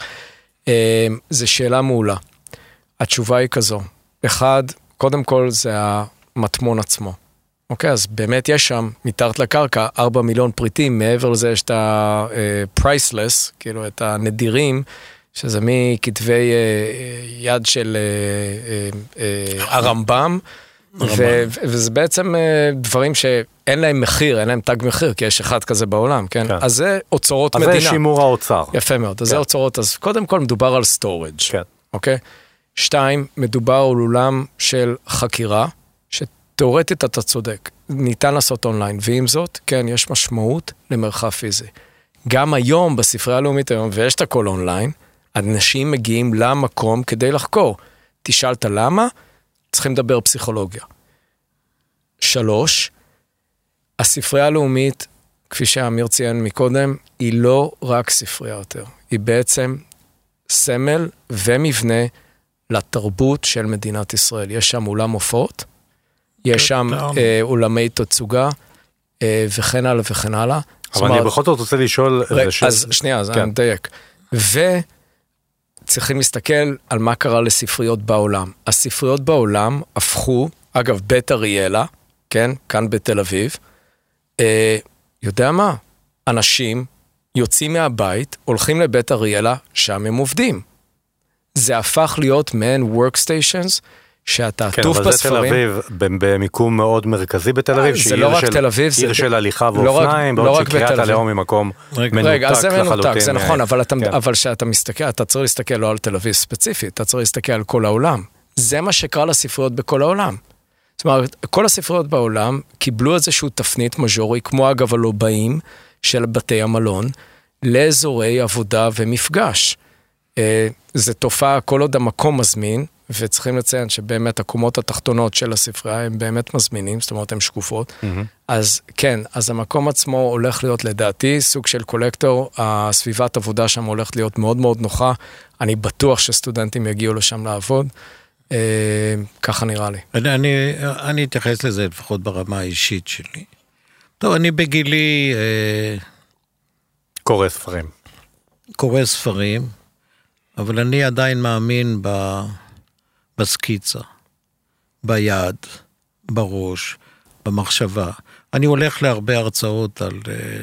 זו שאלה מעולה. התשובה היא כזו. אחד, קודם כל זה המטמון עצמו. אוקיי, אז באמת יש שם, מתחת לקרקע, 4 מיליון פריטים, מעבר לזה יש את ה-priceless, כאילו את הנדירים, שזה מכתבי יד של הרמב"ם, וזה בעצם דברים שאין להם מחיר, אין להם תג מחיר, כי יש אחד כזה בעולם, כן? אז זה אוצרות מדינה. אז זה שימור האוצר. יפה מאוד, אז זה אוצרות, אז קודם כל מדובר על storage, אוקיי? 2, מדובר על עולם של חקירה, שתיאורטית אתה צודק, ניתן לעשות אונליין, ועם זאת, כן, יש משמעות למרחב פיזי. גם היום, בספרייה הלאומית היום, ויש את הכל אונליין, אנשים מגיעים למקום כדי לחקור. תשאלת למה? צריכים לדבר פסיכולוגיה. 3, הספרייה הלאומית, כפי שאמיר ציין מקודם, היא לא רק ספרייה יותר, היא בעצם סמל ומבנה לתרבות של מדינת ישראל. יש שם אולם הופעות, יש שם אולמי תצוגה, וכן הלאה וכן הלאה. אבל אני בכל זאת רוצה לשאול... אז שנייה, אז אני מדייק. וצריכים להסתכל על מה קרה לספריות בעולם. הספריות בעולם הפכו, אגב, בית אריאלה, כן, כאן בתל אביב, יודע מה? אנשים יוצאים מהבית, הולכים לבית אריאלה, שם הם עובדים. זה הפך להיות מעין workstations, שאתה עטוף בספרים. כן, אבל זה תל אביב, במיקום מאוד מרכזי בתל אביב, זה לא רק תל אביב, עיר של הליכה ואופניים, בעוד שקריית הלאום ממקום מנותק לחלוטין. זה נכון, אבל כשאתה מסתכל, אתה צריך להסתכל לא על תל אביב ספציפית, אתה צריך להסתכל על כל העולם. זה מה שקרה לספריות בכל העולם. זאת אומרת, כל הספריות בעולם קיבלו איזשהו תפנית מז'ורי, כמו אגב הלובעים של בתי המלון, לאזורי עבודה ומפגש. זה תופעה כל עוד המקום מזמין, וצריכים לציין שבאמת הקומות התחתונות של הספרייה הם באמת מזמינים, זאת אומרת הן שקופות, אז כן, אז המקום עצמו הולך להיות לדעתי סוג של קולקטור, הסביבת עבודה שם הולכת להיות מאוד מאוד נוחה, אני בטוח שסטודנטים יגיעו לשם לעבוד, ככה נראה לי. אני אתייחס לזה לפחות ברמה האישית שלי. טוב, אני בגילי קורא ספרים, אבל אני עדיין מאמין בסקיצה, ביד, בראש, במחשבה. אני הולך להרבה הרצאות על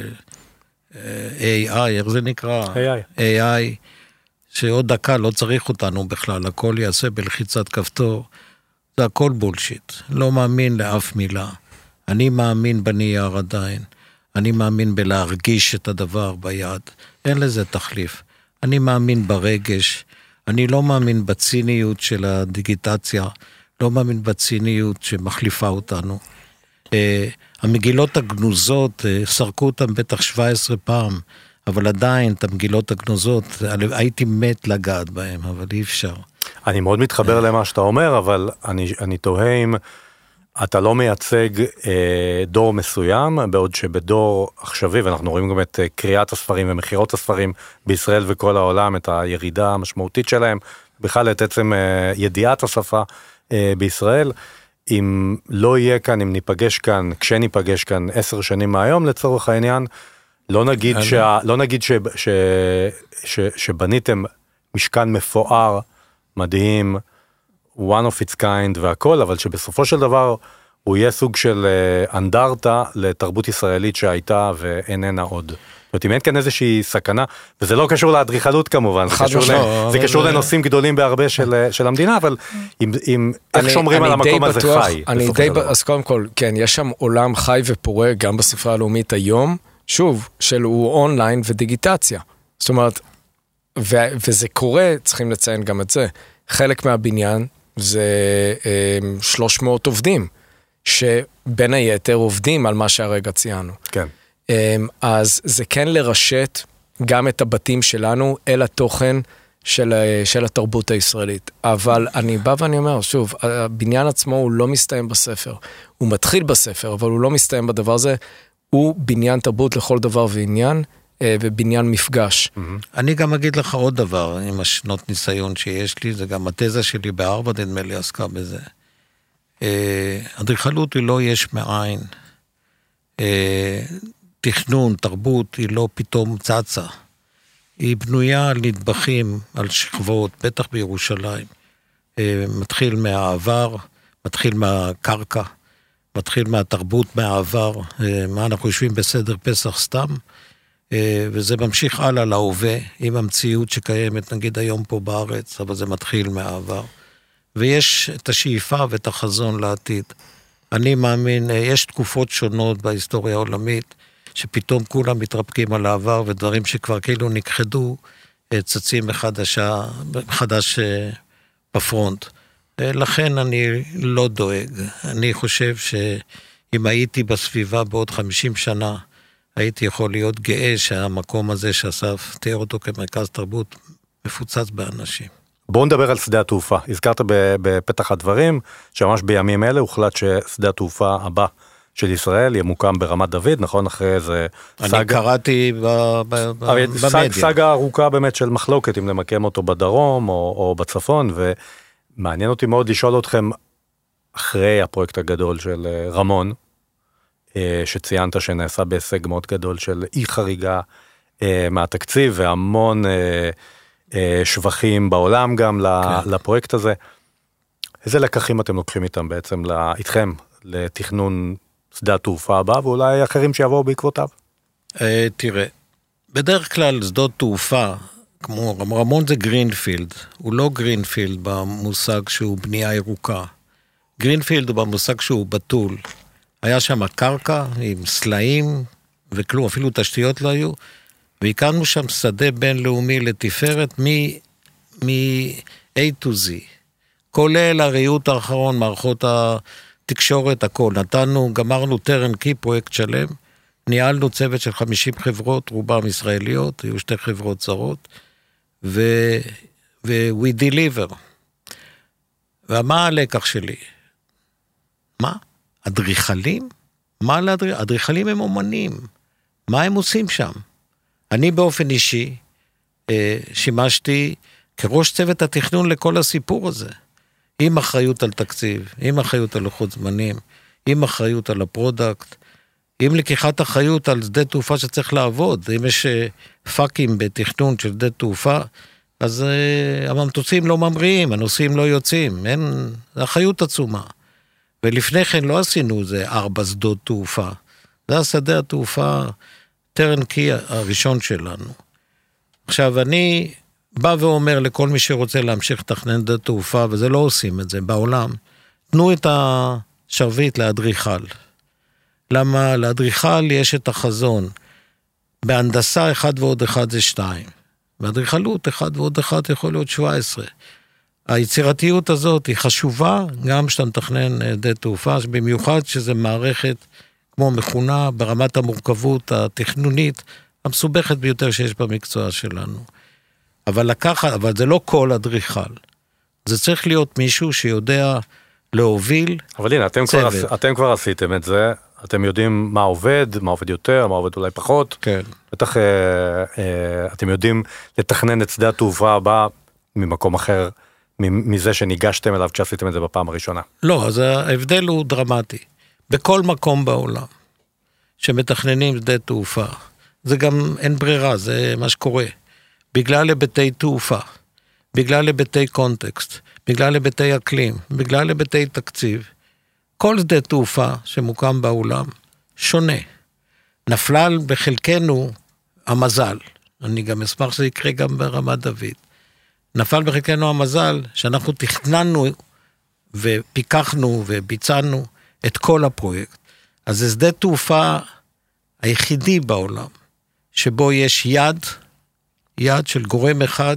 AI, איך זה נקרא? AI, שעוד דקה לא צריך אותנו בכלל, הכל יעשה בלחיצת כפתור. זה הכל בולשיט, לא מאמין לאף מילה. אני מאמין בנייר עדיין, אני מאמין בלהרגיש את הדבר ביד, אין לזה תחליף. אני מאמין ברגש, אני לא מאמין בציניות של הדיגיטציה, לא מאמין בציניות שמחליפה אותנו. המגילות הגנוזות, סרקו אותם בטח 17 פעם, אבל עדיין את המגילות הגנוזות, הייתי מת לגעת בהם, אבל אי אפשר. אני מאוד מתחבר למה שאתה אומר, אבל אני תוהה אם אתה לא מייצג דור מסוים, בעוד שבדור עכשווי, ואנחנו רואים גם את קריאת הספרים ומחירות הספרים בישראל וכל העולם, את הירידה המשמעותית שלהם, בכלל את עצם ידיעת השפה בישראל, אם לא יהיה כאן, אם ניפגש כאן, כשניפגש כאן 10 שנים מהיום לצורך העניין, לא נגיד שבניתם משכן מפואר, מדהים, one of its kind והכל, אבל שבסופו של דבר הוא יהיה סוג של אנדרטה לתרבות ישראלית שהייתה ואיננה עוד. זאת אומרת, אם אין כאן איזושהי סכנה, וזה לא קשור לאדריכלות כמובן, זה קשור לנושאים גדולים בהרבה של המדינה, אבל איך שומרים על המקום הזה חי? אז קודם כל, כן, יש שם עולם חי ופורה גם בספרייה הלאומית היום, שוב, הוא אונליין ודיגיטציה. זאת אומרת, וזה קורה, צריכים לציין גם את זה. חלק מהבניין זה 300 עובדים, שבין היתר עובדים על מה שהרגע ציינו. כן. אז זה כן לרשת גם את הבתים שלנו אל התוכן של התרבות הישראלית. אבל אני בא ואני אומר, שוב, הבניין עצמו הוא לא מסתיים בספר. הוא מתחיל בספר, אבל הוא לא מסתיים בדבר הזה. הוא בניין תרבות לכל דבר ועניין, ובניין מפגש. אני גם אגיד לך עוד דבר, עם השנות ניסיון שיש לי, זה גם התזה שלי בהרווארד, נדמה לי עסקה בזה. אדריכלות היא לא יש מאין. תכנון, תרבות, היא לא פתאום צצה. היא בנויה על נדבכים, על שכבות, בטח בירושלים. מתחיל מהעבר, מתחיל מהקרקע, מתחיל מהתרבות, מהעבר. מה אנחנו יושבים בסדר פסח סתם, וזה ממשיך הלאה להווה, עם המציאות שקיימת, נגיד היום פה בארץ, אבל זה מתחיל מהעבר. ויש את השאיפה ואת החזון לעתיד. אני מאמין, יש תקופות שונות בהיסטוריה העולמית, שפתאום כולם מתרפקים על העבר, ודברים שכבר כאילו נכחדו, צצים מחדש בפרונט. לכן אני לא דואג. אני חושב שאם הייתי בסביבה בעוד 50 שנה, הייתי יכול להיות גאה שהמקום הזה שאסף תיאר אותו כמרכז תרבות מפוצץ באנשים. בואו נדבר על שדה התעופה. הזכרת בפתח הדברים, שממש בימים אלה הוחלט ששדה התעופה הבא של ישראל ימוקם ברמת דוד, נכון? אחרי איזה סגה. אני קראתי במדיה. סגה ארוכה באמת של מחלוקת, אם למקם אותו בדרום או בצפון, ומעניין אותי מאוד לשאול אתכם, אחרי הפרויקט הגדול של רמון, שציינת שנעשה בהישג מאוד גדול של אי חריגה מהתקציב, והמון שבחים בעולם גם לפרויקט הזה. איזה לקחים אתם לוקחים איתם בעצם, איתכם, לתכנון שדה התעופה הבא, ואולי אחרים שיבואו בעקבותיו? תראה, בדרך כלל שדות תעופה, כמו רמון זה גרינפילד, הוא לא גרינפילד במושג שהוא בנייה ירוקה. גרינפילד הוא במושג שהוא בטול. היה שם קרקע עם סלעים וכלום, אפילו תשתיות לא היו, והקמנו שם שדה בינלאומי לתפארת מ-A to Z. כולל הריהוט האחרון, מערכות התקשורת, הכל. גמרנו טרנקי, פרויקט שלם, ניהלנו צוות של 50 חברות, רובם ישראליות, היו 2 חברות זרות, we deliver. ומה הלקח שלי? מה? אדריכלים? מה לאדריכלים? אדריכלים הם אומנים. מה הם עושים שם? אני באופן אישי שימשתי כראש צוות התכנון לכל הסיפור הזה. עם אחריות על תקציב, עם אחריות על לוחות זמנים, עם אחריות על הפרודקט, עם לקיחת אחריות על שדה תעופה שצריך לעבוד. אם יש פאקים בתכנון של שדה תעופה, אז המטוסים לא ממריאים, הנוסעים לא יוצאים, אין אחריות עצומה. ולפני כן לא עשינו זה 4 שדות תעופה. זה השדה התעופה טרנקי הראשון שלנו. עכשיו אני בא ואומר לכל מי שרוצה להמשיך לתכנן שדה תעופה, וזה לא עושים את זה בעולם, תנו את השרביט לאדריכל. למה לאדריכל יש את החזון? בהנדסה 1 ועוד 1 זה 2. באדריכלות 1 ועוד 1 יכול להיות 17. היצירתיות הזאת היא חשובה, גם שאתה מתכנן שדה תעופה, במיוחד שזה מערכת כמו מכונה ברמת המורכבות התכנונית, המסובכת ביותר שיש במקצוע שלנו. אבל זה לא כל אדריכל. זה צריך להיות מישהו שיודע להוביל אבל הנה, אתם כבר עשיתם את זה, אתם יודעים מה עובד יותר, מה עובד אולי פחות. כן. בטח אתם יודעים לתכנן את שדה התעופה הבא ממקום אחר, מזה שניגשתם אליו כשעשיתם את זה בפעם הראשונה. לא, אז ההבדל הוא דרמטי. בכל מקום בעולם שמתכננים שדה תעופה, זה גם אין ברירה, זה מה שקורה. בגלל היבטי תעופה, בגלל היבטי קונטקסט, בגלל היבטי אקלים, בגלל היבטי תקציב, כל שדה תעופה שמוקם בעולם שונה. נפלל בחלקנו המזל, אני גם אשמח שזה יקרה גם ברמת דוד, נפל בחלקנו המזל שאנחנו תכננו ופיקחנו וביצענו את כל הפרויקט. אז זה שדה תעופה היחידי בעולם, שבו יש יד של גורם אחד,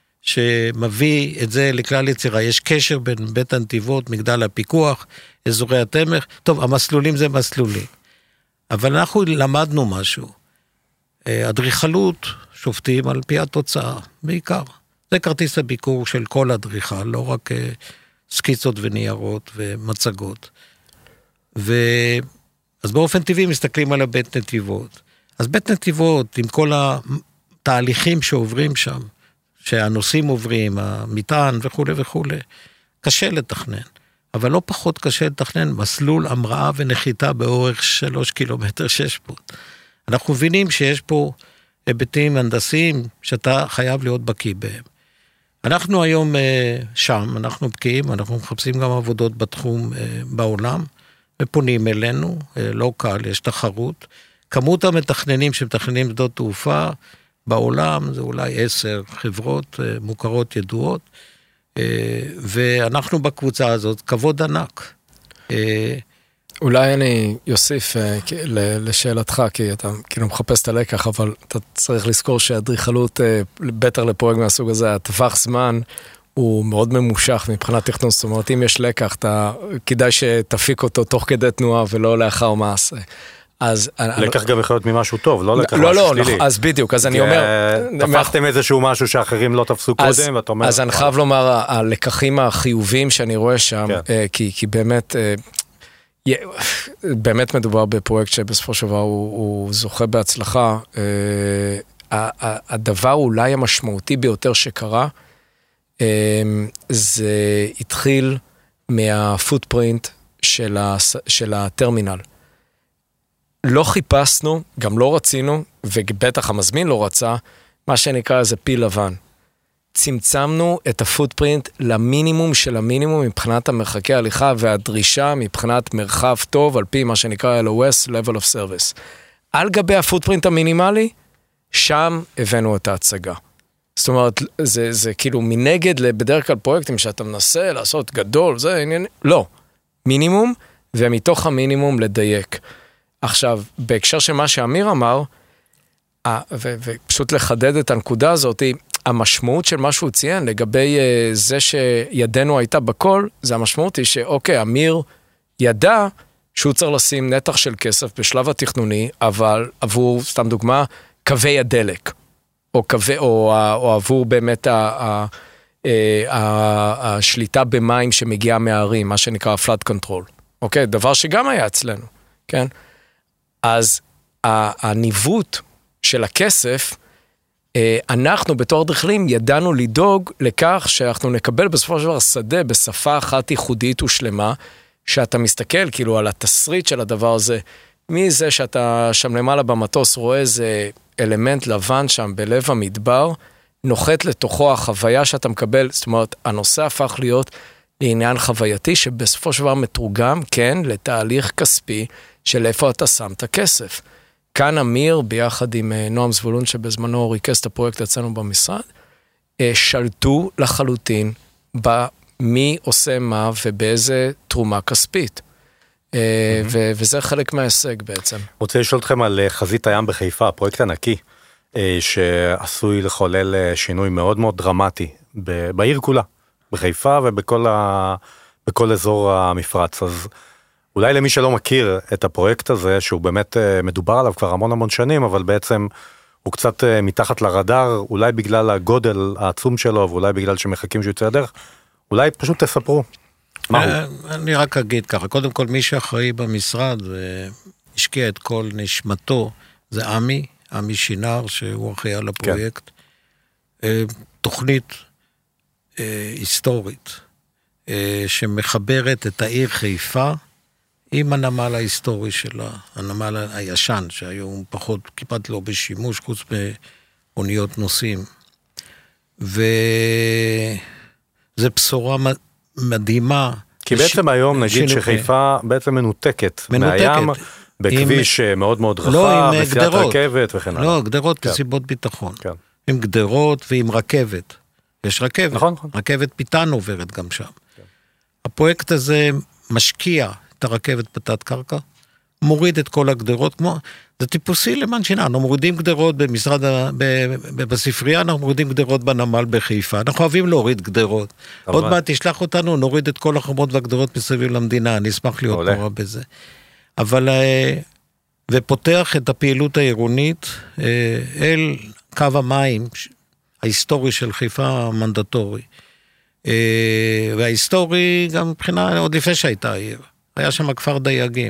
שמביא את זה לכלל יצירה. יש קשר בין בית הנתיבות, מגדל הפיקוח, אזורי התמך. טוב, המסלולים זה מסלולים. אבל אנחנו למדנו משהו. אדריכלות שופטים על פי התוצאה, בעיקר. זה כרטיס הביקור של כל אדריכל, לא רק סקיצות וניירות ומצגות. אז באופן טבעי מסתכלים על הבית נתיבות. אז בית נתיבות, עם כל התהליכים שעוברים שם, שהנושאים עוברים, המטען וכו' וכו', קשה לתכנן. אבל לא פחות קשה לתכנן מסלול המראה ונחיטה באורך 3 קילומטר 600. אנחנו מבינים שיש פה היבטים הנדסיים שאתה חייב להיות בקיא בהם. אנחנו היום שם, אנחנו בקיאים, אנחנו מחפשים גם עבודות בתחום בעולם, ופונים אלינו, לא קל, יש תחרות. כמות המתכננים שמתכננים שדות תעופה בעולם, זה אולי 10 חברות מוכרות ידועות, ואנחנו בקבוצה הזאת, כבוד ענק. אולי אני יוסיף לשאלתך, כי אתה כאילו מחפש את הלקח, אבל אתה צריך לזכור שהאדריכלות, בטח לפרויקט מהסוג הזה, הטווח זמן הוא מאוד ממושך מבחינת תכנון, זאת אומרת, אם יש לקח, כדאי שתפיק אותו תוך כדי תנועה ולא לאחר מעשה. לקח גם יכול להיות ממשהו טוב, לא לקח משהו שלילי. אז בדיוק, אז אני אומר... תפסתם איזשהו משהו שאחרים לא תפסו קודם, ואתה אומר... אז אני חייב לומר, הלקחים החיוביים שאני רואה שם, כי באמת מדובר בפרויקט שבסופו של דבר הוא זוכה בהצלחה, הדבר אולי המשמעותי ביותר שקרה, זה התחיל מהפוטפרינט של הטרמינל. לא חיפשנו, גם לא רצינו, ובטח המזמין לא רצה, מה שנקרא איזה פיל לבן. צמצמנו את הפוטפרינט למינימום של המינימום מבחינת המרחקי ההליכה והדרישה מבחינת מרחב טוב על פי מה שנקרא LOS, Level of Service. על גבי הפוטפרינט המינימלי, שם הבאנו את ההצגה. זאת אומרת, זה כאילו מנגד בדרך כלל פרויקטים שאתה מנסה לעשות גדול, זה עניין, לא. מינימום, ומתוך המינימום לדייק. עכשיו, בהקשר של מה שאמיר אמר, ופשוט לחדד את הנקודה הזאת, המשמעות של מה שהוא ציין לגבי זה שידנו הייתה בכל, זה המשמעות היא שאוקיי, אמיר ידע שהוא צריך לשים נתח של כסף בשלב התכנוני, אבל עבור, סתם דוגמה, קווי הדלק, או עבור באמת השליטה במים שמגיעה מהערים, מה שנקרא flood control. אוקיי, דבר שגם היה אצלנו, כן? אז הניווט של הכסף, אנחנו בתור אדריכלים ידענו לדאוג לכך שאנחנו נקבל בסופו של דבר שדה בשפה אחת ייחודית ושלמה, שאתה מסתכל כאילו על התסריט של הדבר הזה, מזה שאתה שם למעלה במטוס רואה איזה אלמנט לבן שם בלב המדבר, נוחת לתוכו החוויה שאתה מקבל, זאת אומרת, הנושא הפך להיות לעניין חווייתי שבסופו של דבר מתורגם, כן, לתהליך כספי של איפה אתה שם את הכסף. כאן אמיר, ביחד עם נועם זבולון, שבזמנו ריכז את הפרויקט אצלנו במשרד, שלטו לחלוטין במי עושה מה ובאיזה תרומה כספית. וזה חלק מההישג בעצם. רוצה לשאול אתכם על חזית הים בחיפה, פרויקט ענקי, שעשוי לחולל שינוי מאוד מאוד דרמטי בעיר כולה, בחיפה ובכל אזור המפרץ. אז אולי למי שלא מכיר את הפרויקט הזה, שהוא באמת מדובר עליו כבר המון שנים, אבל בעצם הוא קצת מתחת לרדאר, אולי בגלל הגודל העצום שלו, ואולי בגלל שמחכים שהוא יוצא הדרך, אולי פשוט תספרו. אני רק אגיד ככה, קודם כל מי שאחראי במשרד והשקיע את כל נשמתו, זה עמי שינר, שהוא אחראי על הפרויקט. תוכנית היסטורית, שמחברת את העיר חיפה, עם הנמל ההיסטורי שלה, הנמל הישן, שהיום פחות, כמעט לא בשימוש, חוץ באוניות נוסעים. וזה בשורה מדהימה. כי בעצם היום נגיד שחיפה בעצם מנותקת מהים, בכביש מאוד מאוד רחב, נסיעת רכבת וכן הלאה. לא, גדרות מסיבות ביטחון. עם גדרות ועם רכבת. יש רכבת. נכון. רכבת פיתן עוברת גם שם. הפרויקט הזה משקיע את הרכבת בתת קרקע, מוריד את כל הגדרות, זה טיפוסי למען שינה, אנחנו מורידים גדרות בספרייה, אנחנו מורידים גדרות בנמל בחיפה, אנחנו אוהבים להוריד גדרות, עוד מעט תשלח אותנו, נוריד את כל החומות והגדרות מסביב למדינה, אני אשמח להיות נורא בזה, אבל, ופותח את הפעילות העירונית, אל קו המים, ההיסטורי של חיפה המנדטורי, וההיסטורי גם מבחינה, עוד לפני שהייתה העיר, היה שם כפר דייגים.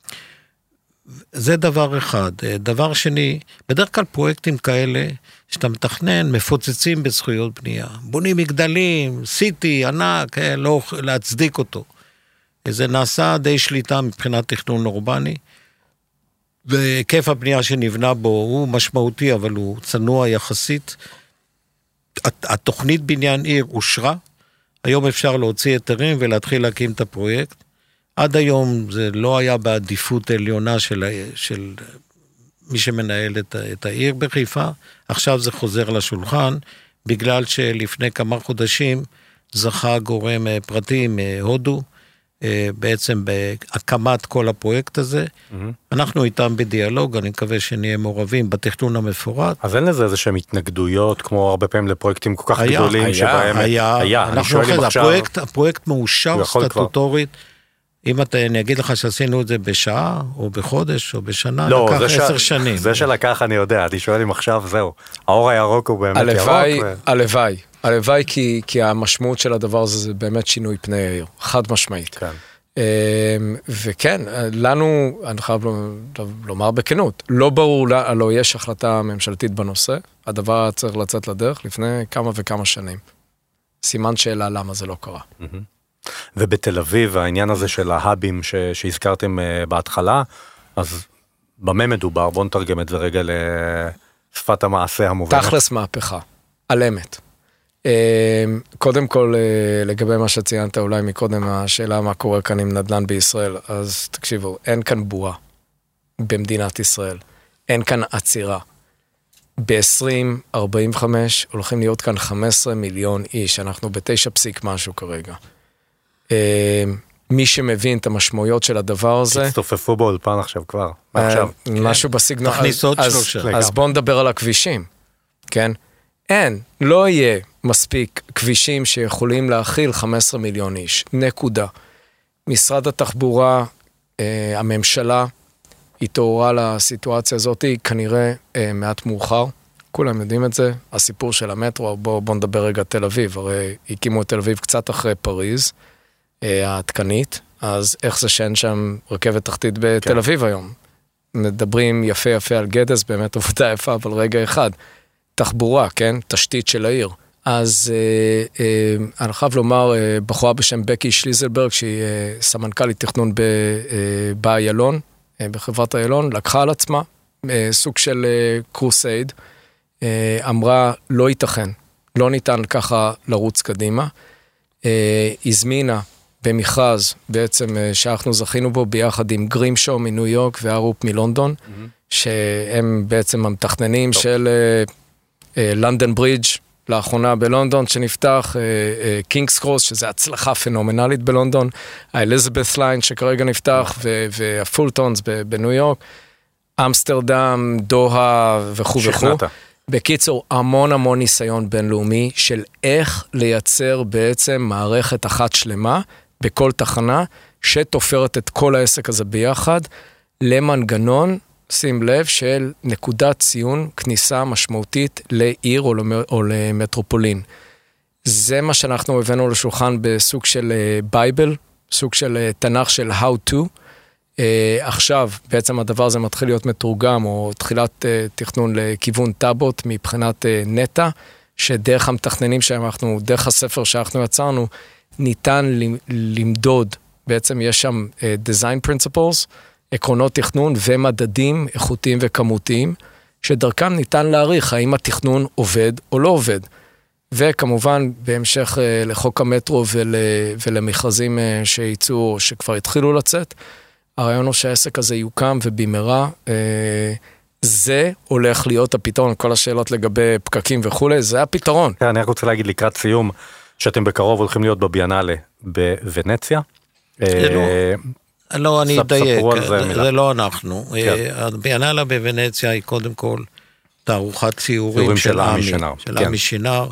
זה דבר אחד. דבר שני, בדרך כלל פרויקטים כאלה, שאתה מתכנן, מפוצצים בזכויות בנייה. בונים מגדלים, סיטי, ענק, לא להצדיק אותו. זה נעשה די שליטה מבחינת תכנון אורבני, והיקף הבנייה שנבנה בו הוא משמעותי, אבל הוא צנוע יחסית. התוכנית בניין עיר אושרה, היום אפשר להוציא היתרים ולהתחיל להקים את הפרויקט. עד היום זה לא היה בעדיפות עליונה של מי שמנהל את העיר בחיפה, עכשיו זה חוזר לשולחן, בגלל שלפני כמה חודשים זכה גורם פרטי מהודו, בעצם בהקמת כל הפרויקט הזה, אנחנו איתם בדיאלוג, אני מקווה שנהיה מעורבים בתכנון המפורט. אז אין לזה איזה שהם התנגדויות, כמו הרבה פעמים לפרויקטים כל כך גדולים, שבהם היה, הפרויקט מאושר סטטוטורית, אם אני אגיד לך שעשינו את זה בשעה, או בחודש, או בשנה, לקח 10 שנים. זה שלקח אני יודע, אני שואל אם עכשיו זהו, האור הירוק הוא באמת ירוק. הלוואי, כי המשמעות של הדבר הזה זה באמת שינוי פני העיר, חד משמעית. וכן, לנו, אני חייב לומר בכנות, לא ברור, לא יש החלטה ממשלתית בנושא, הדבר צריך לצאת לדרך לפני כמה וכמה שנים. סימן שאלה למה זה לא קרה. ובתל אביב, העניין הזה של ההאבים שהזכרתם בהתחלה, אז במה מדובר? בואו נתרגם את זה רגע לשפת המעשה המובנת. תכלס מהפכה, על אמת. קודם כל, לגבי מה שציינת אולי מקודם, השאלה מה קורה כאן עם נדל"ן בישראל, אז תקשיבו, אין כאן בועה במדינת ישראל, אין כאן עצירה. ב-2045 הולכים להיות כאן 15 מיליון איש, אנחנו ב9 משהו כרגע. מי שמבין את המשמעויות של הדבר הזה... תצטופפו באולפן עכשיו כבר. משהו בסגנון. תכניס עוד 3. אז בואו נדבר על הכבישים, כן? לא יהיה מספיק כבישים שיכולים להכיל 15 מיליון איש. נקודה. משרד התחבורה, הממשלה, התעוררה לסיטואציה הזאת, כנראה מעט מאוחר. כולם יודעים את זה. הסיפור של המטרו, בואו נדבר רגע תל אביב. הרי הקימו את תל אביב קצת אחרי פריז, העדכנית. אז איך זה שאין שם רכבת תחתית בתל אביב היום? מדברים יפה על גדס, באמת עבודה יפה, אבל רגע אחד. תחבורה, כן? תשתית של העיר. אז אני חייב לומר, בחורה בשם בקי שליזלברג, שהיא סמנכ"לית תכנון באיילון, בחברת איילון, לקחה על עצמה סוג של קרוסייד, אמרה, לא ייתכן, לא ניתן ככה לרוץ קדימה, הזמינה במכרז, בעצם שאנחנו זכינו בו ביחד עם גרימשו מניו יורק והרופ מלונדון, שהם בעצם המתכננים של לונדון ברידג' לאחרונה בלונדון שנפתח, קינגס קרוס, שזה הצלחה פנומנלית בלונדון, האליזבת ליין שכרגע נפתח, והפולטונס בניו יורק, אמסטרדם, דוחה וכו' וכו'. בקיצור, המון ניסיון בינלאומי של איך לייצר בעצם מערכת אחת שלמה בכל תחנה, שתופרת את כל העסק הזה ביחד, למנגנון, שים לב, של נקודת ציון, כניסה משמעותית לעיר או למטרופולין. זה מה שאנחנו הבאנו לשולחן בסוג של בייבל, סוג של תנ"ך של how to. עכשיו, בעצם הדבר הזה מתחיל להיות מתורגם, או תחילת תכנון לכיוון טאבות, מבחינת נטה, שדרך המתכננים שאנחנו, דרך הספר שאנחנו יצרנו, ניתן למדוד, בעצם יש שם design principles, עקרונות תכנון ומדדים איכותיים וכמותיים, שדרכם ניתן להעריך האם התכנון עובד או לא עובד. וכמובן, בהמשך לחוק המטרו ולמכרזים שייצאו, שכבר התחילו לצאת, הרעיון הוא שהעסק הזה יוקם ובמהרה, זה הולך להיות הפתרון, כל השאלות לגבי פקקים וכו', זה הפתרון. אני רק רוצה להגיד לקראת סיום, שאתם בקרוב הולכים להיות בביאנלה בוונציה. לא, אני אדייק, זה לא אנחנו. הביאנלה בוונציה היא קודם כל תערוכת ציורים של עמי שינר,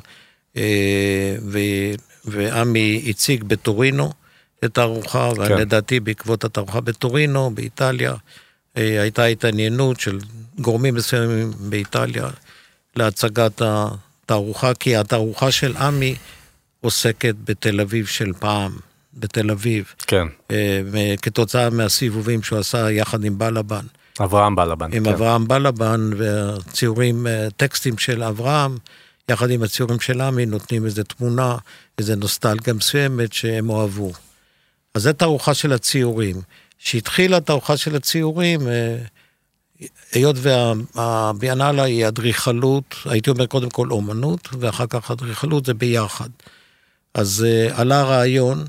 ועמי הציג בטורינו את התערוכה, ולדעתי בעקבות התערוכה בטורינו, באיטליה, הייתה התעניינות של גורמים מסוימים באיטליה להצגת התערוכה, כי התערוכה של עמי עוסקת בתל אביב של פעם, בתל אביב. כן. כתוצאה מהסיבובים שהוא עשה יחד עם בלבן. אברהם בלבן. עם אברהם בלבן, והציורים, טקסטים של אברהם, יחד עם הציורים של עמי, נותנים איזו תמונה, איזו נוסטלגיה מסוימת שהם אוהבו. אז זו תערוכה של הציורים. שהתחילה התערוכה של הציורים, היות והביאנלה היא אדריכלות, הייתי אומר קודם כל אומנות, ואחר כך אדריכלות זה ביחד. אז עלה הרעיון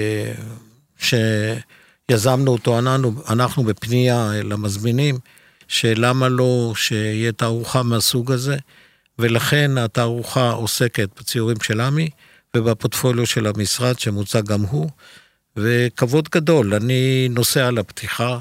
שיזמנו אותו, אנחנו בפנייה למזמינים, שלמה לא שיהיה תערוכה מהסוג הזה, ולכן התערוכה עוסקת בציורים של עמי, ובפורטפוליו של המשרד שמוצג גם הוא, וכבוד גדול, אני נוסע לפתיחה,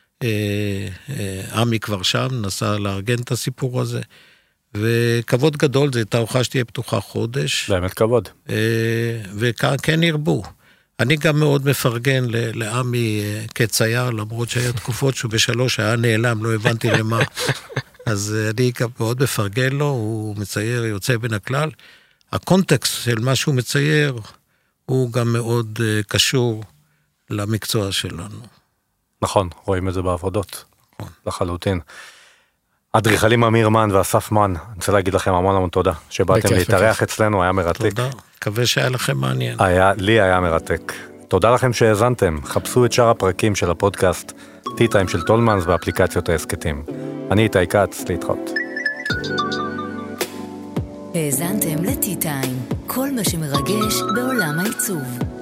עמי כבר שם, נסע לארגן את הסיפור הזה, וכבוד גדול, זו תערוכה שתהיה פתוחה חודש. באמת כבוד. וכן ירבו. אני גם מאוד מפרגן לעמי כצייר, למרות שהיה תקופות שהוא בשלוש היה נעלם, לא הבנתי למה. אז אני גם מאוד מפרגן לו, הוא מצייר, יוצא בין הכלל. הקונטקסט של מה שהוא מצייר, הוא גם מאוד קשור למקצוע שלנו. נכון, רואים את זה בעבודות, לחלוטין. אדריכלים אמיר מן ואסף מן, אני רוצה להגיד לכם המון תודה, שבאתם להתארח אצלנו, היה מרתק. תודה, מקווה שהיה לכם מעניין. לי היה מרתק. תודה לכם שהאזנתם, חפשו את שאר הפרקים של הפודקאסט, טיטיים של טולמנס באפליקציות העסקתים. אני איתי כץ, להתראות. האזנתם לטיטיים, כל מה שמרגש בעולם העיצוב.